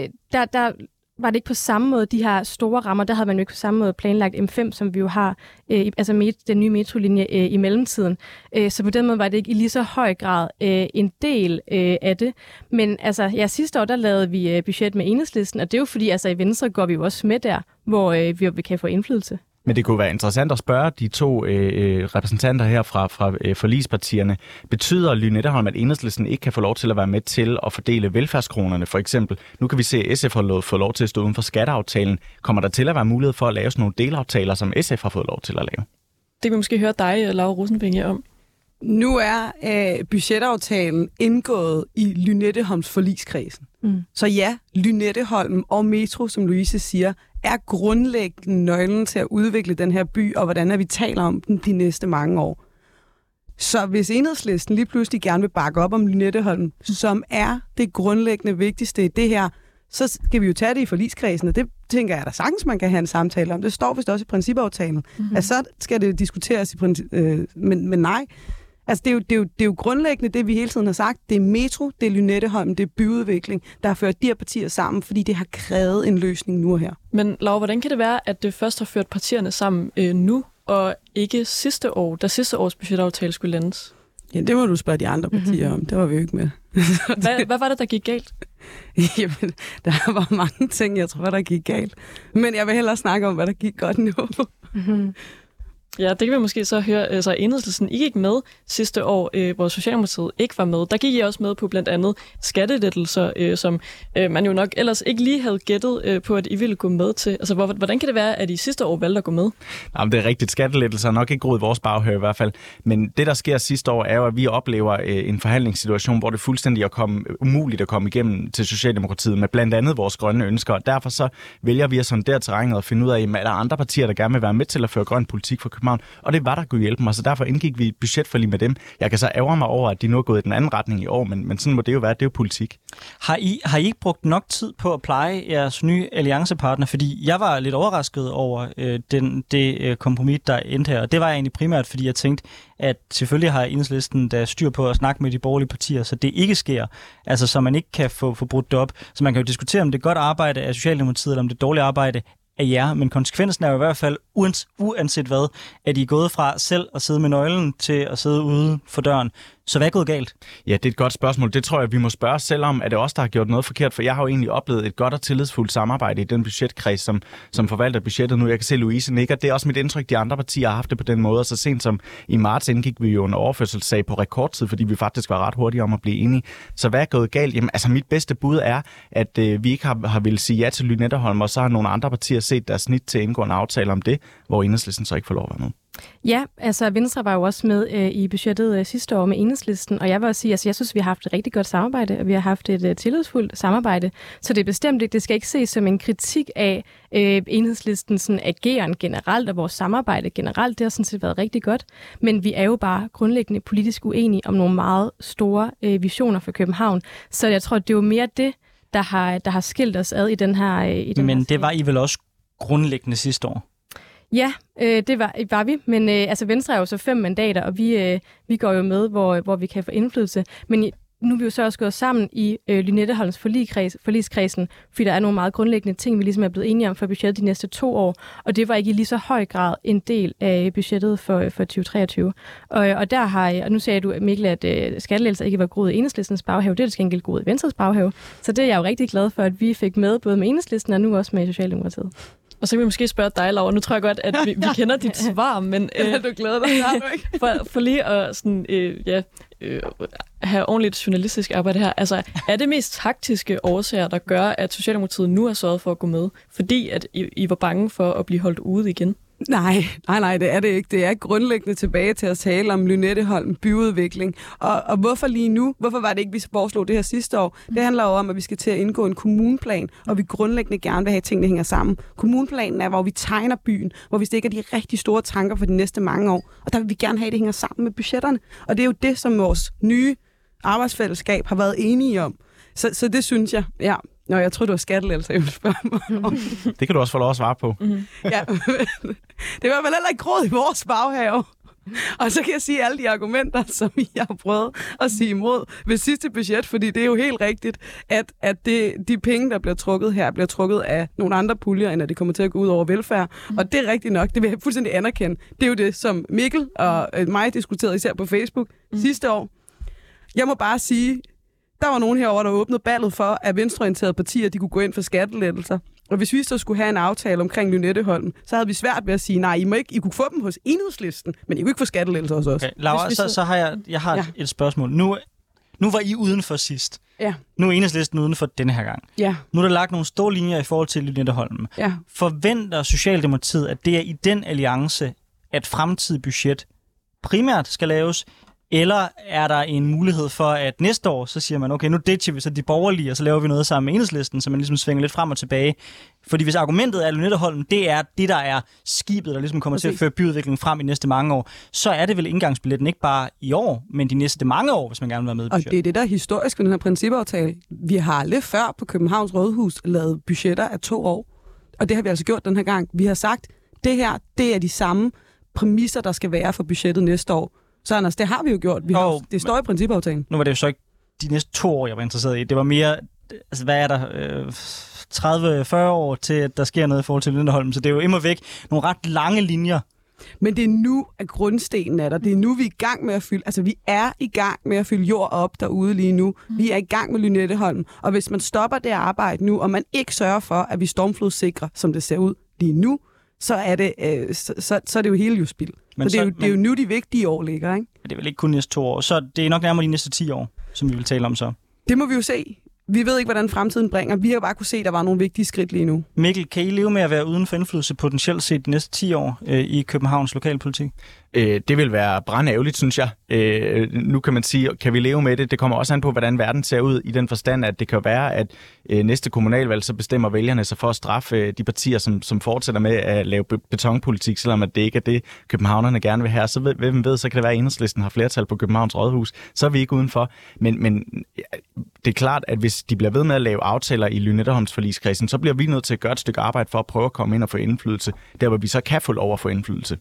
der var det ikke på samme måde, de her store rammer, der havde man jo ikke på samme måde planlagt M5, som vi jo har, altså den nye metrolinje i mellemtiden. Så på den måde var det ikke i lige så høj grad en del af det. Men altså, ja, sidste år, der lavede vi budget med Enhedslisten, og det er jo fordi, altså i Venstre går vi jo også med der, hvor vi kan få indflydelse. Men det kunne være interessant at spørge de 2 repræsentanter her fra forligspartierne. Betyder Lynetteholm, at Enhedslisten ikke kan få lov til at være med til at fordele velfærdskronerne, for eksempel? Nu kan vi se, at SF har fået lov til at stå uden for skatteaftalen. Kommer der til at være mulighed for at lave sådan nogle delaftaler, som SF har fået lov til at lave? Det kan vi måske høre dig, Laura Rosenvinge, om. Nu er budgetaftalen indgået i Lynetteholms forligskredsen. Så ja, Lynetteholm og Metro, som Louise siger, er grundlæggende nøglen til at udvikle den her by, og hvordan vi taler om den de næste mange år. Så hvis Enhedslisten lige pludselig gerne vil bakke op om Lynetteholm, som er det grundlæggende vigtigste i det her, så skal vi jo tage det i forligskredsen, og det tænker jeg, der sagtens man kan have en samtale om. Det står vist også i principaftalen. Altså, så skal det diskuteres men nej. Altså, det er jo grundlæggende det, vi hele tiden har sagt. Det er Metro, det er Lynetteholm, det er byudvikling, der har ført de her partier sammen, fordi det har krævet en løsning nu og her. Men Laura, hvordan kan det være, at det først har ført partierne sammen nu, og ikke sidste år, da sidste års budgetaftale skulle landes? Ja, det må du spørge de andre partier om. Det var vi jo ikke med. Hvad var det, der gik galt? Jamen, der var mange ting, jeg tror, der gik galt. Men jeg vil hellere snakke om, hvad der gik godt nu. Ja, det kan vi måske så høre. Så Enhedslisten, I gik med sidste år, hvor Socialdemokratiet ikke var med. Der gik I også med på blandt andet skattelettelser, som man jo nok ellers ikke lige havde gættet på, at I ville gå med til. Altså, hvordan kan det være, at I sidste år valgte at gå med? Jamen, det er rigtigt. Skattelettelser er nok ikke groet i vores baghave i hvert fald. Men det, der sker sidste år, er jo, at vi oplever en forhandlingssituation, hvor det er fuldstændig umuligt at komme igennem til Socialdemokratiet med blandt andet vores grønne ønsker. Og derfor så vælger vi at sondere terrænet og finde ud af, at er der andre partier, der gerne vil være med til at føre grøn politik for København, og det var der kunne hjælpe mig, så derfor indgik vi et budgetforlig med dem. Jeg kan så ærge mig over, at de nu er gået i den anden retning i år, men sådan må det jo være, det er jo politik. Har I ikke brugt nok tid på at pleje jeres nye alliancepartner? Fordi jeg var lidt overrasket over det kompromis, der endte her, og det var jeg egentlig primært, fordi jeg tænkte, at selvfølgelig har Enhedslisten da styr på at snakke med de borgerlige partier, så det ikke sker, altså så man ikke kan få brudt det op. Så man kan jo diskutere, om det er godt arbejde af Socialdemokratiet, eller om det er dårligt arbejde af jer, men konsekvensen er jo i hvert fald, uanset hvad, at I er gået fra selv at sidde med nøglen til at sidde ude for døren. Så hvad er gået galt? Ja, det er et godt spørgsmål. Det tror jeg, vi må spørge os selv om, at det os, der har gjort noget forkert, for jeg har jo egentlig oplevet et godt og tillidsfuldt samarbejde i den budgetkreds, som forvalter budgettet nu. Jeg kan se, Louise nikker. Det er også mit indtryk, de andre partier har haft det på den måde, og så sent som i marts indgik vi jo en overførselssag på rekordtid, fordi vi faktisk var ret hurtige om at blive enige. Så hvad er gået galt? Jamen, altså mit bedste bud er, at vi ikke har ville sige ja til Lynetteholm, og så har nogle andre partier set deres snit til at indgå en aftale om det, hvor Enhedslisten så ikke får lov at være med. Ja, altså Venstre var jo også med i budgettet sidste år med Enhedslisten, og jeg vil også sige, altså jeg synes, vi har haft et rigtig godt samarbejde, og vi har haft et tillidsfuldt samarbejde, så det er bestemt ikke, det skal ikke ses som en kritik af Enhedslistens ageren generelt, og vores samarbejde generelt, det har sådan set været rigtig godt, men vi er jo bare grundlæggende politisk uenige om nogle meget store visioner for København, så jeg tror, det er jo mere det, der har skilt os ad i den her Men det var I vel også grundlæggende sidste år? Ja, det var vi, men altså Venstre er jo så 5 mandater, og vi går jo med, hvor vi kan få indflydelse. Men nu er vi jo så også gået sammen i Lynetteholms forligskredsen, fordi der er nogle meget grundlæggende ting, vi ligesom er blevet enige om for budgettet de næste 2 år, og det var ikke i lige så høj grad en del af budgettet for 2023. Og der og nu sagde du, Mikkel, at skattelettelser ikke var groet i Enhedslistens baghave, det er det skængelt groet i Venstres baghave. Så det er jeg jo rigtig glad for, at vi fik med både med Enhedslisten og nu også med Socialdemokratiet. Og så kan vi måske spørge dig, Laura. Nu tror jeg godt, at vi kender dit svar, men du glæder dig, har du ikke? for lige at sådan, have ordentligt journalistisk arbejde her. Altså, er det mest taktiske årsager, der gør, at Socialdemokratiet nu har sørget for at gå med? Fordi at I var bange for at blive holdt ude igen? Nej, det er det ikke. Det er grundlæggende tilbage til at tale om Lynetteholm, byudvikling. Og hvorfor lige nu? Hvorfor var det ikke, vi foreslog det her sidste år? Det handler jo om, at vi skal til at indgå en kommuneplan, og vi grundlæggende gerne vil have ting, der hænger sammen. Kommuneplanen er, hvor vi tegner byen, hvor vi stikker de rigtig store tanker for de næste mange år. Og der vil vi gerne have, at det hænger sammen med budgetterne. Og det er jo det, som vores nye arbejdsfællesskab har været enige om. Så det synes jeg, ja. Nå, jeg tror, du har skattelettelser, jeg vil spørge mig om. Det kan du også få lov at svare på. Mm-hmm. Ja, det var vel heller ikke groet i vores baghave. Og så kan jeg sige alle de argumenter, som jeg har prøvet at sige imod ved sidste budget, fordi det er jo helt rigtigt, at de penge, der bliver trukket her, bliver trukket af nogle andre puljer, end at det kommer til at gå ud over velfærd. Og det er rigtigt nok, det vil jeg fuldstændig anerkende. Det er jo det, som Mikkel og mig diskuterede især på Facebook sidste år. Jeg må bare sige, der var nogen herovre, der åbnede ballet for, at venstreorienterede partier de kunne gå ind for skattelettelser. Og hvis vi så skulle have en aftale omkring Lynetteholm, så havde vi svært ved at sige, nej, I kunne få dem hos Enhedslisten, men I kunne ikke få skattelettelser hos os. Okay. Laura, så har jeg har et spørgsmål. Nu var I uden for sidst. Ja. Nu er Enhedslisten uden for denne her gang. Ja. Nu er der lagt nogle store linjer i forhold til Lynetteholm. Ja. Forventer Socialdemokratiet, at det er i den alliance, at fremtidig budget primært skal laves, Eller er der en mulighed for, at næste år, så siger man, okay, nu ditcher vi så de borgerlige, og så laver vi noget sammen med Enhedslisten, så man ligesom svinger lidt frem og tilbage. Fordi hvis argumentet er, at Lynetteholm, det er det, der er skibet, der ligesom kommer til at føre byudviklingen frem i næste mange år, så er det vel indgangsbilletten ikke bare i år, men de næste mange år, hvis man gerne vil være med i budget. Og det er det, der er historisk ved den her principaftale. Vi har aldrig før på Københavns Rådhus lavet budgetter af 2 år. Og det har vi altså gjort den her gang. Vi har sagt, det her, det er de samme præmisser, der skal være for budgettet næste år. Så Anders, det har vi jo gjort. Det står i principaftalen. Nu var det jo så ikke de næste 2 år, jeg var interesseret i. Det var mere, altså hvad er der, 30-40 år til, at der sker noget i forhold til Lynetteholm. Så det er jo immer væk nogle ret lange linjer. Men det er nu, at grundstenen er der. Det er nu, vi er i gang med at fylde. Altså, vi er i gang med at fylde jord op derude lige nu. Vi er i gang med Lynetteholm. Og hvis man stopper det arbejde nu, og man ikke sørger for, at vi stormflodssikrer, som det ser ud lige nu, så er det, så er det jo hele jo spild. Men så det er jo nu, de vigtige år ligger, ikke? Det er vel ikke kun næste 2 år. Så det er nok nærmere de næste 10 år, som vi vil tale om så. Det må vi jo se. Vi ved ikke, hvordan fremtiden bringer. Vi har bare kunne se, at der var nogle vigtige skridt lige nu. Mikkel, kan I leve med at være uden for indflydelse potentielt set de næste 10 år i Københavns lokalpolitik? Det vil være brandærgerligt, synes jeg. Nu kan man sige, kan vi leve med det? Det kommer også an på, hvordan verden ser ud i den forstand, at det kan være, at næste kommunalvalg, så bestemmer vælgerne sig for at straffe de partier, som fortsætter med at lave betonpolitik, selvom at det ikke er det, københavnerne gerne vil have. Så hvem ved, så kan det være, at Enhedslisten har flertal på Københavns Rådhus. Så er vi ikke udenfor. Men det er klart, at hvis de bliver ved med at lave aftaler i Lynetteholmsforligskredsen, så bliver vi nødt til at gøre et stykke arbejde for at prøve at komme ind og få indflydelse, der hvor vi så kan få lov at få indflydelse.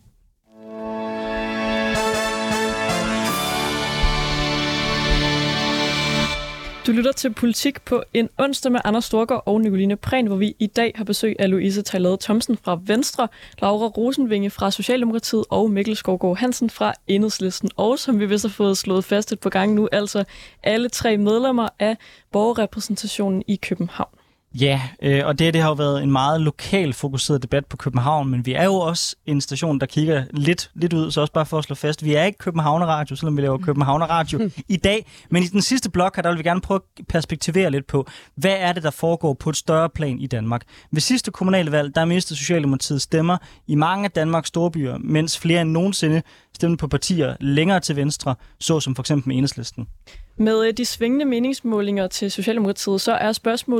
Du lytter til Politik på en onsdag med Anders Storgård og Nicoline Prehn, hvor vi i dag har besøg af Louise Theilade Thomsen fra Venstre, Laura Rosenvinge fra Socialdemokratiet og Mikkel Skovgaard Hansen fra Enhedslisten. Og som vi vist har fået slået fast et par gange nu, altså alle 3 medlemmer af borgerrepræsentationen i København. Ja, og det har jo været en meget lokal fokuseret debat på København, men vi er jo også en station, der kigger lidt ud, så også bare for at slå fast, vi er ikke Københavner Radio, selvom vi laver Københavner Radio i dag, men i den sidste blok her, der vil vi gerne prøve at perspektivere lidt på, hvad er det, der foregår på et større plan i Danmark. Ved sidste kommunale valg, der mistede Socialdemokratiet stemmer i mange af Danmarks storbyer, mens flere end nogensinde stemte på partier længere til venstre, såsom for eksempel med Enhedslisten. Med de svingende meningsmålinger til Socialdemokratiet, så er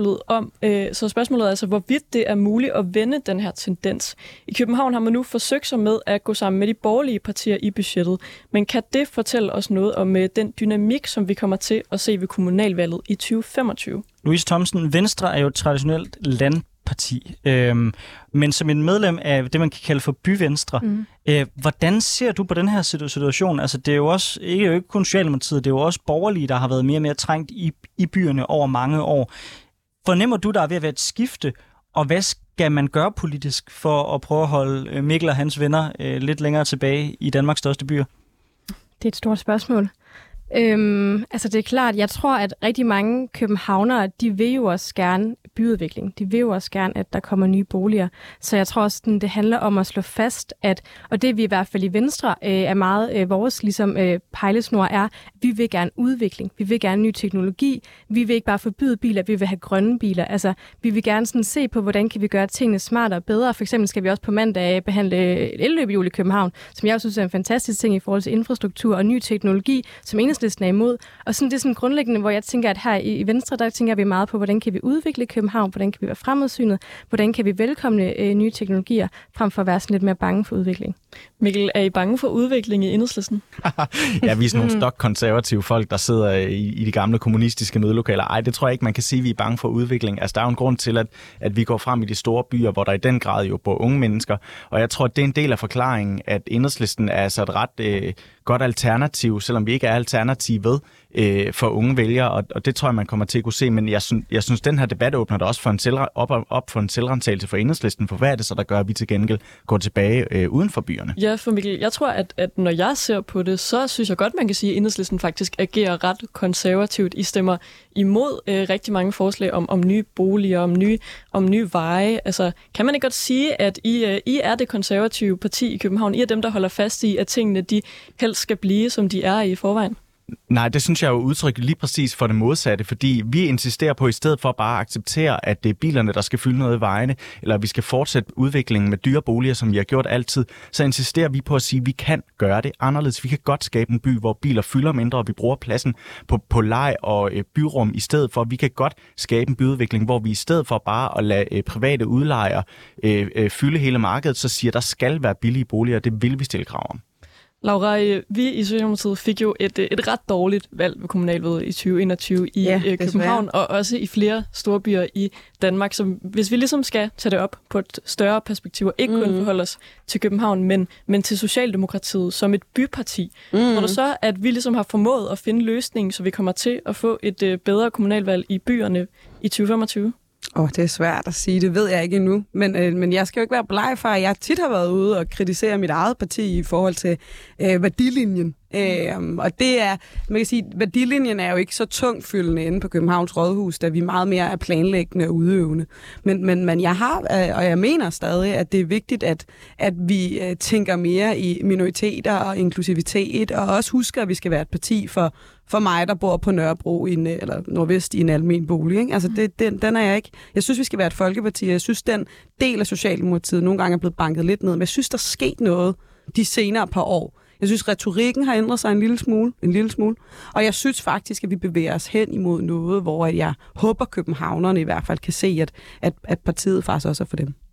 spørgsmålet altså, hvorvidt det er muligt at vende den her tendens. I København har man nu forsøgt sig med at gå sammen med de borgerlige partier i budgettet. Men kan det fortælle os noget om den dynamik, som vi kommer til at se ved kommunalvalget i 2025? Louise Thomsen, Venstre er jo et traditionelt landparti, men som en medlem af det, man kan kalde for byvenstre, hvordan ser du på den her situation? Altså, det er jo også ikke kun Socialdemokratiet, det er jo også borgerlige, der har været mere og mere trængt i byerne over mange år. Fornemmer du, der er ved at være et skifte, og hvad skal man gøre politisk for at prøve at holde Mikkel og hans venner lidt længere tilbage i Danmarks største byer? Det er et stort spørgsmål. Altså det er klart, jeg tror, at rigtig mange københavnere, de vil jo også gerne byudvikling. De vil jo også gerne, at der kommer nye boliger. Så jeg tror også, det handler om at slå fast, at, og det vi i hvert fald i Venstre er meget vores ligesom, pejlesnor er, vi vil gerne udvikling. Vi vil gerne ny teknologi. Vi vil ikke bare forbyde biler, vi vil have grønne biler. Altså, vi vil gerne sådan se på, hvordan kan vi gøre tingene smartere og bedre. For eksempel skal vi også på mandag behandle elløbehjul i København, som jeg også synes er en fantastisk ting i forhold til infrastruktur og ny teknologi, som Enhedslisten er imod. Og sådan, det er sådan grundlæggende, hvor jeg tænker, at her i Venstre, der tænker vi meget på, hvordan kan vi udvikle København, hvordan kan vi være fremadsynet, hvordan kan vi velkomne nye teknologier, frem for at være sådan lidt mere bange for udvikling. Mikkel, er I bange for udvikling i Enhedslisten? Ja, vi er sådan nogle stokkonservative folk, der sidder i de gamle kommunistiske mødelokaler. Ej, det tror jeg ikke, man kan sige, at vi er bange for udvikling. Altså, der er jo en grund til, at vi går frem i de store byer, hvor der i den grad jo bor unge mennesker. Og jeg tror, at det er en del af forklaringen, at Enhedslisten er altså et ret godt alternativ, selvom vi ikke er alternativet for unge vælgere, og det tror jeg, man kommer til at kunne se. Men jeg synes den her debat åbner der også for en selvrentagelse for Enhedslisten, for hvad er det så, der gør, at vi til gengæld går tilbage uden for byerne? Ja, for Mikkel, jeg tror, at når jeg ser på det, så synes jeg godt, man kan sige, at Enhedslisten faktisk agerer ret konservativt. I stemmer imod rigtig mange forslag om nye boliger, om nye veje. Altså, kan man ikke godt sige, at I er det konservative parti i København? I er dem, der holder fast i, at tingene de helst skal blive, som de er i forvejen? Nej, det synes jeg er jo udtryk lige præcis for det modsatte, fordi vi insisterer på, i stedet for bare at acceptere, at det er bilerne, der skal fylde noget i vejene, eller at vi skal fortsætte udviklingen med dyre boliger, som vi har gjort altid, så insisterer vi på at sige, at vi kan gøre det anderledes. Vi kan godt skabe en by, hvor biler fylder mindre, og vi bruger pladsen på leg og byrum i stedet for. Vi kan godt skabe en byudvikling, hvor vi i stedet for bare at lade private udlejere fylde hele markedet, så siger, at der skal være billige boliger, og det vil vi stille krav om. Laura, vi i Socialdemokratiet fik jo et ret dårligt valg ved kommunalvalget i 2021 i København, og også i flere store byer i Danmark. Så hvis vi ligesom skal tage det op på et større perspektiv, og ikke kun forholde os til København, men til Socialdemokratiet som et byparti, tror du så, at vi ligesom har formået at finde løsningen, så vi kommer til at få et bedre kommunalvalg i byerne i 2025? Det er svært at sige, det ved jeg ikke endnu. Men jeg skal jo ikke være bleg for, at jeg tit har været ude og kritisere mit eget parti i forhold til værdilinjen. Og det er, man kan sige, værdilinjen er jo ikke så tungtfyldende inde på Københavns Rådhus, da vi meget mere er planlæggende og udøvende. Men jeg har, og jeg mener stadig, at det er vigtigt, at vi tænker mere i minoriteter og inklusivitet, og også husker, at vi skal være et parti for mig, der bor på Nørrebro eller Nordvest i en almen bolig. Ikke? Altså, den er jeg ikke. Jeg synes, vi skal være et folkeparti, og jeg synes, den del af Socialdemokratiet nogle gange er blevet banket lidt ned, men jeg synes, der er sket noget de senere par år. Jeg synes, retorikken har ændret sig en lille smule. Og jeg synes faktisk, at vi bevæger os hen imod noget, hvor jeg håber, københavnerne i hvert fald kan se, at partiet faktisk også er for dem.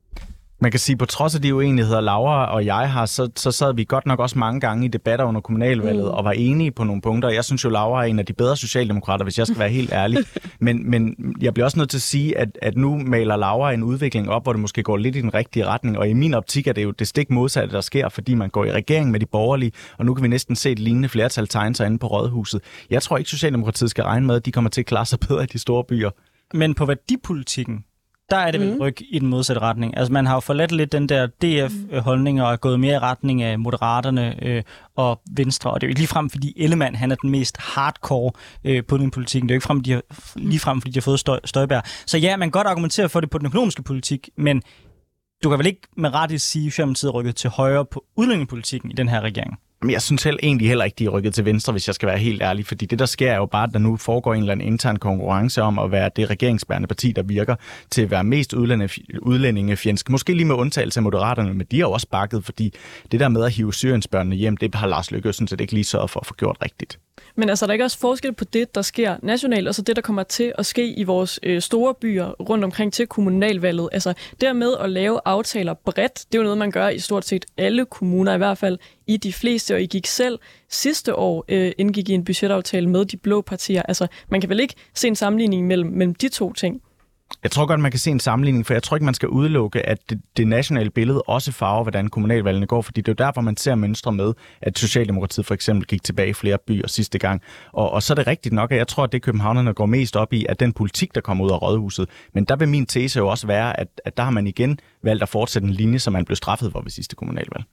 Man kan sige, på trods af de uenigheder, Laura og jeg har, så sad vi godt nok også mange gange i debatter under kommunalvalget og var enige på nogle punkter. Jeg synes jo, Laura er en af de bedre socialdemokrater, hvis jeg skal være helt ærlig. Men jeg bliver også nødt til at sige, at nu maler Laura en udvikling op, hvor det måske går lidt i den rigtige retning. Og i min optik er det jo det stik modsatte, der sker, fordi man går i regering med de borgerlige, og nu kan vi næsten se et lignende flertal tegne sig inde på Rådhuset. Jeg tror ikke, Socialdemokratiet skal regne med, at de kommer til at klare sig bedre i de store byer. Men på værdipolitikken, der er det vel ryg i den modsatte retning. Altså man har jo forladt lidt den der DF-holdning og er gået mere i retning af Moderaterne og Venstre. Og det er jo ikke ligefrem, fordi Ellemann, han er den mest hardcore på den politikken. Det er jo ikke ligefrem, fordi de har fået Støjberg. Så ja, man kan godt argumentere for det på den økonomiske politik, men du kan vel ikke med ret sige, at Socialdemokratiet er rykket til højre på udlændingepolitikken i den her regering? Jeg synes egentlig heller ikke, de er rykket til venstre, hvis jeg skal være helt ærlig, fordi det, der sker, er jo bare, at der nu foregår en eller anden intern konkurrence om at være det regeringsbærende parti, der virker til at være mest udlændingefjendsk. Måske lige med undtagelse af Moderaterne, men de har jo også bakket, fordi det der med at hive syriensbørnene hjem, det har Lars Løkke sådan set ikke lige sørget for at få gjort rigtigt. Men altså, der er ikke også forskel på det, der sker nationalt, og så det, der kommer til at ske i vores store byer rundt omkring til kommunalvalget. Altså, dermed at lave aftaler bredt, det er jo noget, man gør i stort set alle kommuner, i hvert fald i de fleste, og I gik selv sidste år indgik i en budgetaftale med de blå partier. Altså, man kan vel ikke se en sammenligning mellem de to ting? Jeg tror godt, man kan se en sammenligning, for jeg tror ikke, man skal udelukke, at det nationale billede også farver, hvordan kommunalvalgene går, fordi det er jo derfor, man ser mønstre med, at Socialdemokratiet for eksempel gik tilbage i flere byer sidste gang. Og så er det rigtigt nok, at jeg tror, at det københavnerne går mest op i, at den politik, der kommer ud af Rådhuset. Men der vil min tese jo også være, at der har man igen valgt at fortsætte en linje, som man blev straffet for ved sidste kommunalvalg.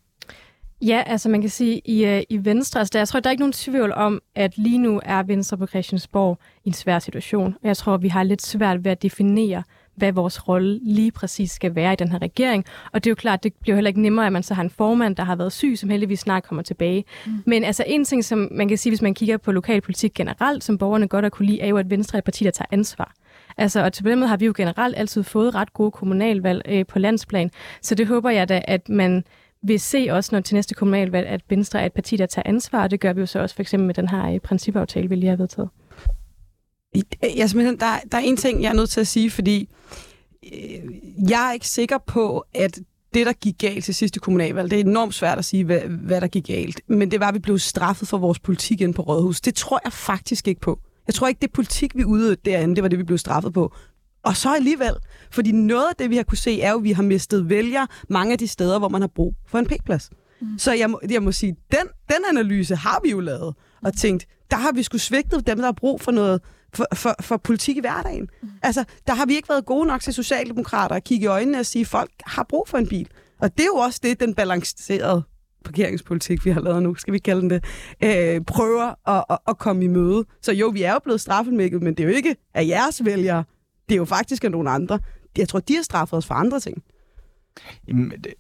Ja, altså man kan sige, i Venstre, altså jeg tror, der er ikke nogen tvivl om, at lige nu er Venstre på Christiansborg i en svær situation. Jeg tror, vi har lidt svært ved at definere, hvad vores rolle lige præcis skal være i den her regering. Og det er jo klart, det bliver heller ikke nemmere, at man så har en formand, der har været syg, som heldigvis snart kommer tilbage. Men altså en ting, som man kan sige, hvis man kigger på lokalpolitik generelt, som borgerne godt at kunne lide, er jo, at Venstre er et parti, der tager ansvar. Altså, og til den måde har vi jo generelt altid fået ret gode kommunalvalg på landsplan. Så det håber jeg da, at man vil se også, når til næste kommunalvalg, at Venstre er et parti, der tager ansvar, og det gør vi jo så også for eksempel med den her principaftale, vi lige har vedtaget. Ja, simpelthen, der er en ting, jeg er nødt til at sige, fordi jeg er ikke sikker på, at det, der gik galt til sidste kommunalvalg, det er enormt svært at sige, hvad der gik galt, men det var, at vi blev straffet for vores politik inde på Rådhus. Det tror jeg faktisk ikke på. Jeg tror ikke, det politik, vi udøvede derinde, det var det, vi blev straffet på. Og så alligevel, fordi noget af det, vi har kunne se, er jo, at vi har mistet vælgere mange af de steder, hvor man har brug for en P-plads. Så jeg må sige, den analyse har vi jo lavet, og tænkt, der har vi sgu svigtet dem, der har brug for noget for politik i hverdagen. Altså, der har vi ikke været gode nok til socialdemokrater at kigge i øjnene og sige, at folk har brug for en bil. Og det er jo også det, den balancerede parkeringspolitik, vi har lavet nu, skal vi kalde den det, prøver at komme i møde. Så jo, vi er jo blevet straffet, Mikkel, men det er jo ikke af jeres vælgere. Det er jo faktisk af nogle andre. Jeg tror, de har straffet os for andre ting.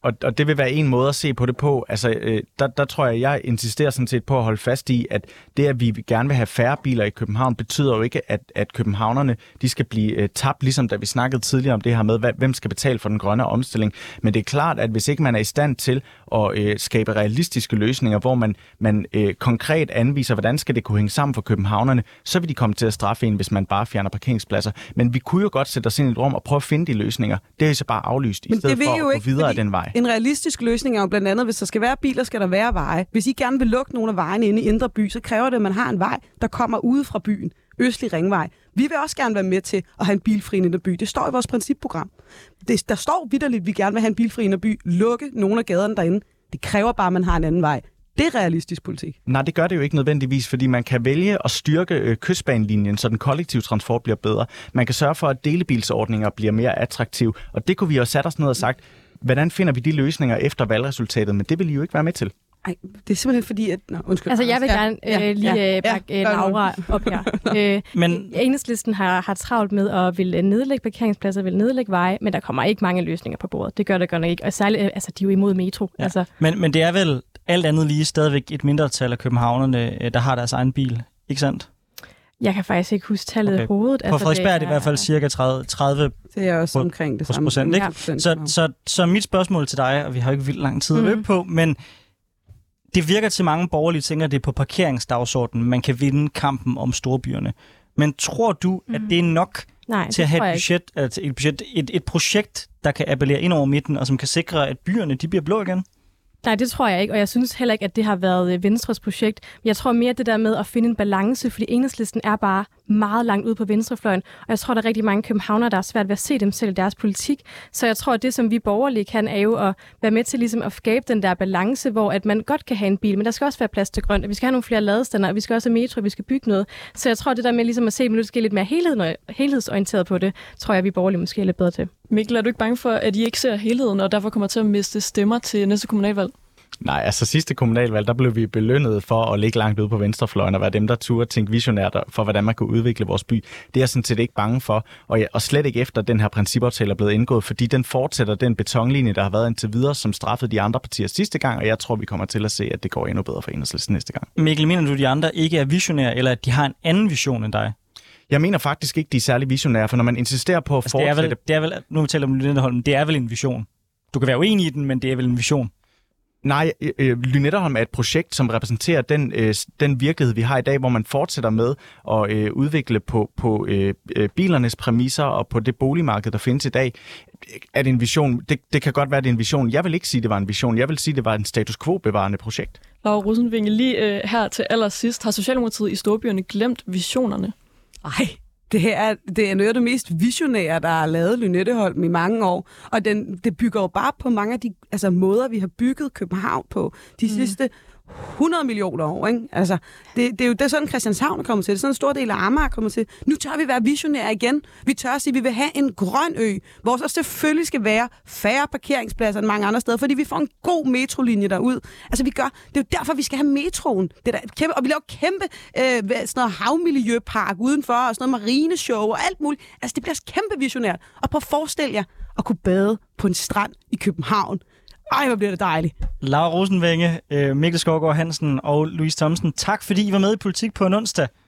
Og det vil være en måde at se på det på. Altså, der tror jeg insisterer sådan set på at holde fast i, at det, at vi gerne vil have færre biler i København, betyder jo ikke, at københavnerne de skal blive tabt, ligesom da vi snakkede tidligere om det her med, hvem skal betale for den grønne omstilling. Men det er klart, at hvis ikke man er i stand til at skabe realistiske løsninger, hvor man konkret anviser, hvordan skal det kunne hænge sammen for københavnerne, så vil de komme til at straffe en, hvis man bare fjerner parkeringspladser. Men vi kunne jo godt sætte os ind i et rum og prøve at finde de løsninger. Det er så bare aflyst, i stedet for at gå videre af den vej. En realistisk løsning er jo blandt andet, hvis der skal være biler, skal der være veje. Hvis I gerne vil lukke nogle af vejene inde i Indre By, så kræver det, at man har en vej, der kommer ude fra byen. Østlig Ringvej. Vi vil også gerne være med til at have en bilfri Indre By. Det står i vores principprogram. Der står vitterligt, at vi gerne vil have en bilfri Indre By. Lukke nogle af gaderne derinde. Det kræver bare, at man har en anden vej. Det er realistisk politik. Nej, det gør det jo ikke nødvendigvis, fordi man kan vælge at styrke kystbanelinjen, så den kollektive transport bliver bedre. Man kan sørge for, at delebilsordninger bliver mere attraktive. Og det kunne vi jo sætte os ned og sagt, hvordan finder vi de løsninger efter valgresultatet? Men det vil I jo ikke være med til. Nej, det er simpelthen fordi, at... Undskyld. Altså, jeg vil gerne bakke Laura op her. Men Enhedslisten har travlt med at ville nedlægge parkeringspladser, vil nedlægge veje, men der kommer ikke mange løsninger på bordet. Det gør det godt nok ikke. Og særligt, altså, de er jo imod metro. Ja. Altså. Men det er vel alt andet lige stadigvæk et mindretal af københavnerne, der har deres egen bil, ikke sandt? Jeg kan faktisk ikke huske tallet i hovedet. På Frederiksberg er det i hvert fald cirka 30 det er også omkring det samme. Procent, ikke? Ja. Så mit spørgsmål til dig, og vi har jo ikke vildt lang tid at løbe på, men det virker til mange borgerlige tænker, at det er på parkeringsdagsordenen, man kan vinde kampen om storbyerne. Men tror du, at det er nok til at have et projekt, der kan appellere ind over midten, og som kan sikre, at byerne de bliver blå igen? Nej, det tror jeg ikke, og jeg synes heller ikke, at det har været Venstres projekt. Jeg tror mere det der med at finde en balance, fordi Enhedslisten er bare meget langt ude på venstrefløjen, og jeg tror, der er rigtig mange københavnere, der er svært ved at se dem selv i deres politik. Så jeg tror, at det, som vi borgerlige kan, er jo at være med til ligesom at skabe den der balance, hvor at man godt kan have en bil, men der skal også være plads til grønt, og vi skal have nogle flere ladestander, og vi skal også have metro, og vi skal bygge noget. Så jeg tror, det der med ligesom at se, men nu skal lidt mere helhedsorienteret på det, tror jeg, vi borgerlige måske er lidt bedre til. Mikkel, er du ikke bange for, at I ikke ser helheden, og derfor kommer til at miste stemmer til næste kommunalvalg? Nej, altså sidste kommunalvalg, der blev vi belønnet for at ligge langt ude på venstrefløjen og være dem, der turde tænke visionært for, hvordan man kunne udvikle vores by. Det er jeg sådan set ikke bange for, og slet ikke efter den her principaftale er blevet indgået, fordi den fortsætter den betonlinje, der har været indtil videre, som straffede de andre partier sidste gang, og jeg tror, vi kommer til at se, at det går endnu bedre for Enhedslisten næste gang. Mikkel, mener du, at de andre ikke er visionære, eller at de har en anden vision end dig? Jeg mener faktisk ikke, de er særlig visionære, for når man insisterer på at fortsætte... Det er vel, nu taler vi om Lynetteholm, det er vel en vision. Du kan være uenig i den, men det er vel en vision. Nej, Lynetteholm er et projekt, som repræsenterer den virkelighed, vi har i dag, hvor man fortsætter med at udvikle på bilernes præmisser og på det boligmarked, der findes i dag. Er det en vision? Det kan godt være, det er en vision. Jeg vil ikke sige, det var en vision. Jeg vil sige, det var en status quo-bevarende projekt. Laura Rosenvinge, lige her til allersidst, har Socialdemokratiet i storbyerne glemt visionerne? Nej. Det er noget af det mest visionære, der er lavet Lynetteholm i mange år. Og det bygger jo bare på mange af de måder, vi har bygget København på de sidste 100 millioner år, ikke? Altså, det er jo det, sådan Christianshavn er kommet til. Det er sådan en stor del af Amager er kommet til. Nu tør vi være visionære igen. Vi tør at sige, at vi vil have en grøn ø, hvor så selvfølgelig skal være færre parkeringspladser end mange andre steder, fordi vi får en god metrolinje derud. Altså, det er jo derfor, vi skal have metroen. Det er kæmpe, og vi laver kæmpe sådan noget havmiljøpark udenfor, og sådan noget marineshow og alt muligt. Altså, det bliver kæmpe visionært. Og prøv at forestille jer at kunne bade på en strand i København. Ej, hvor bliver det dejligt. Laura Rosenvinge, Mikkel Skovgaard Hansen og Louise Thomsen, tak fordi I var med i Politik på en onsdag.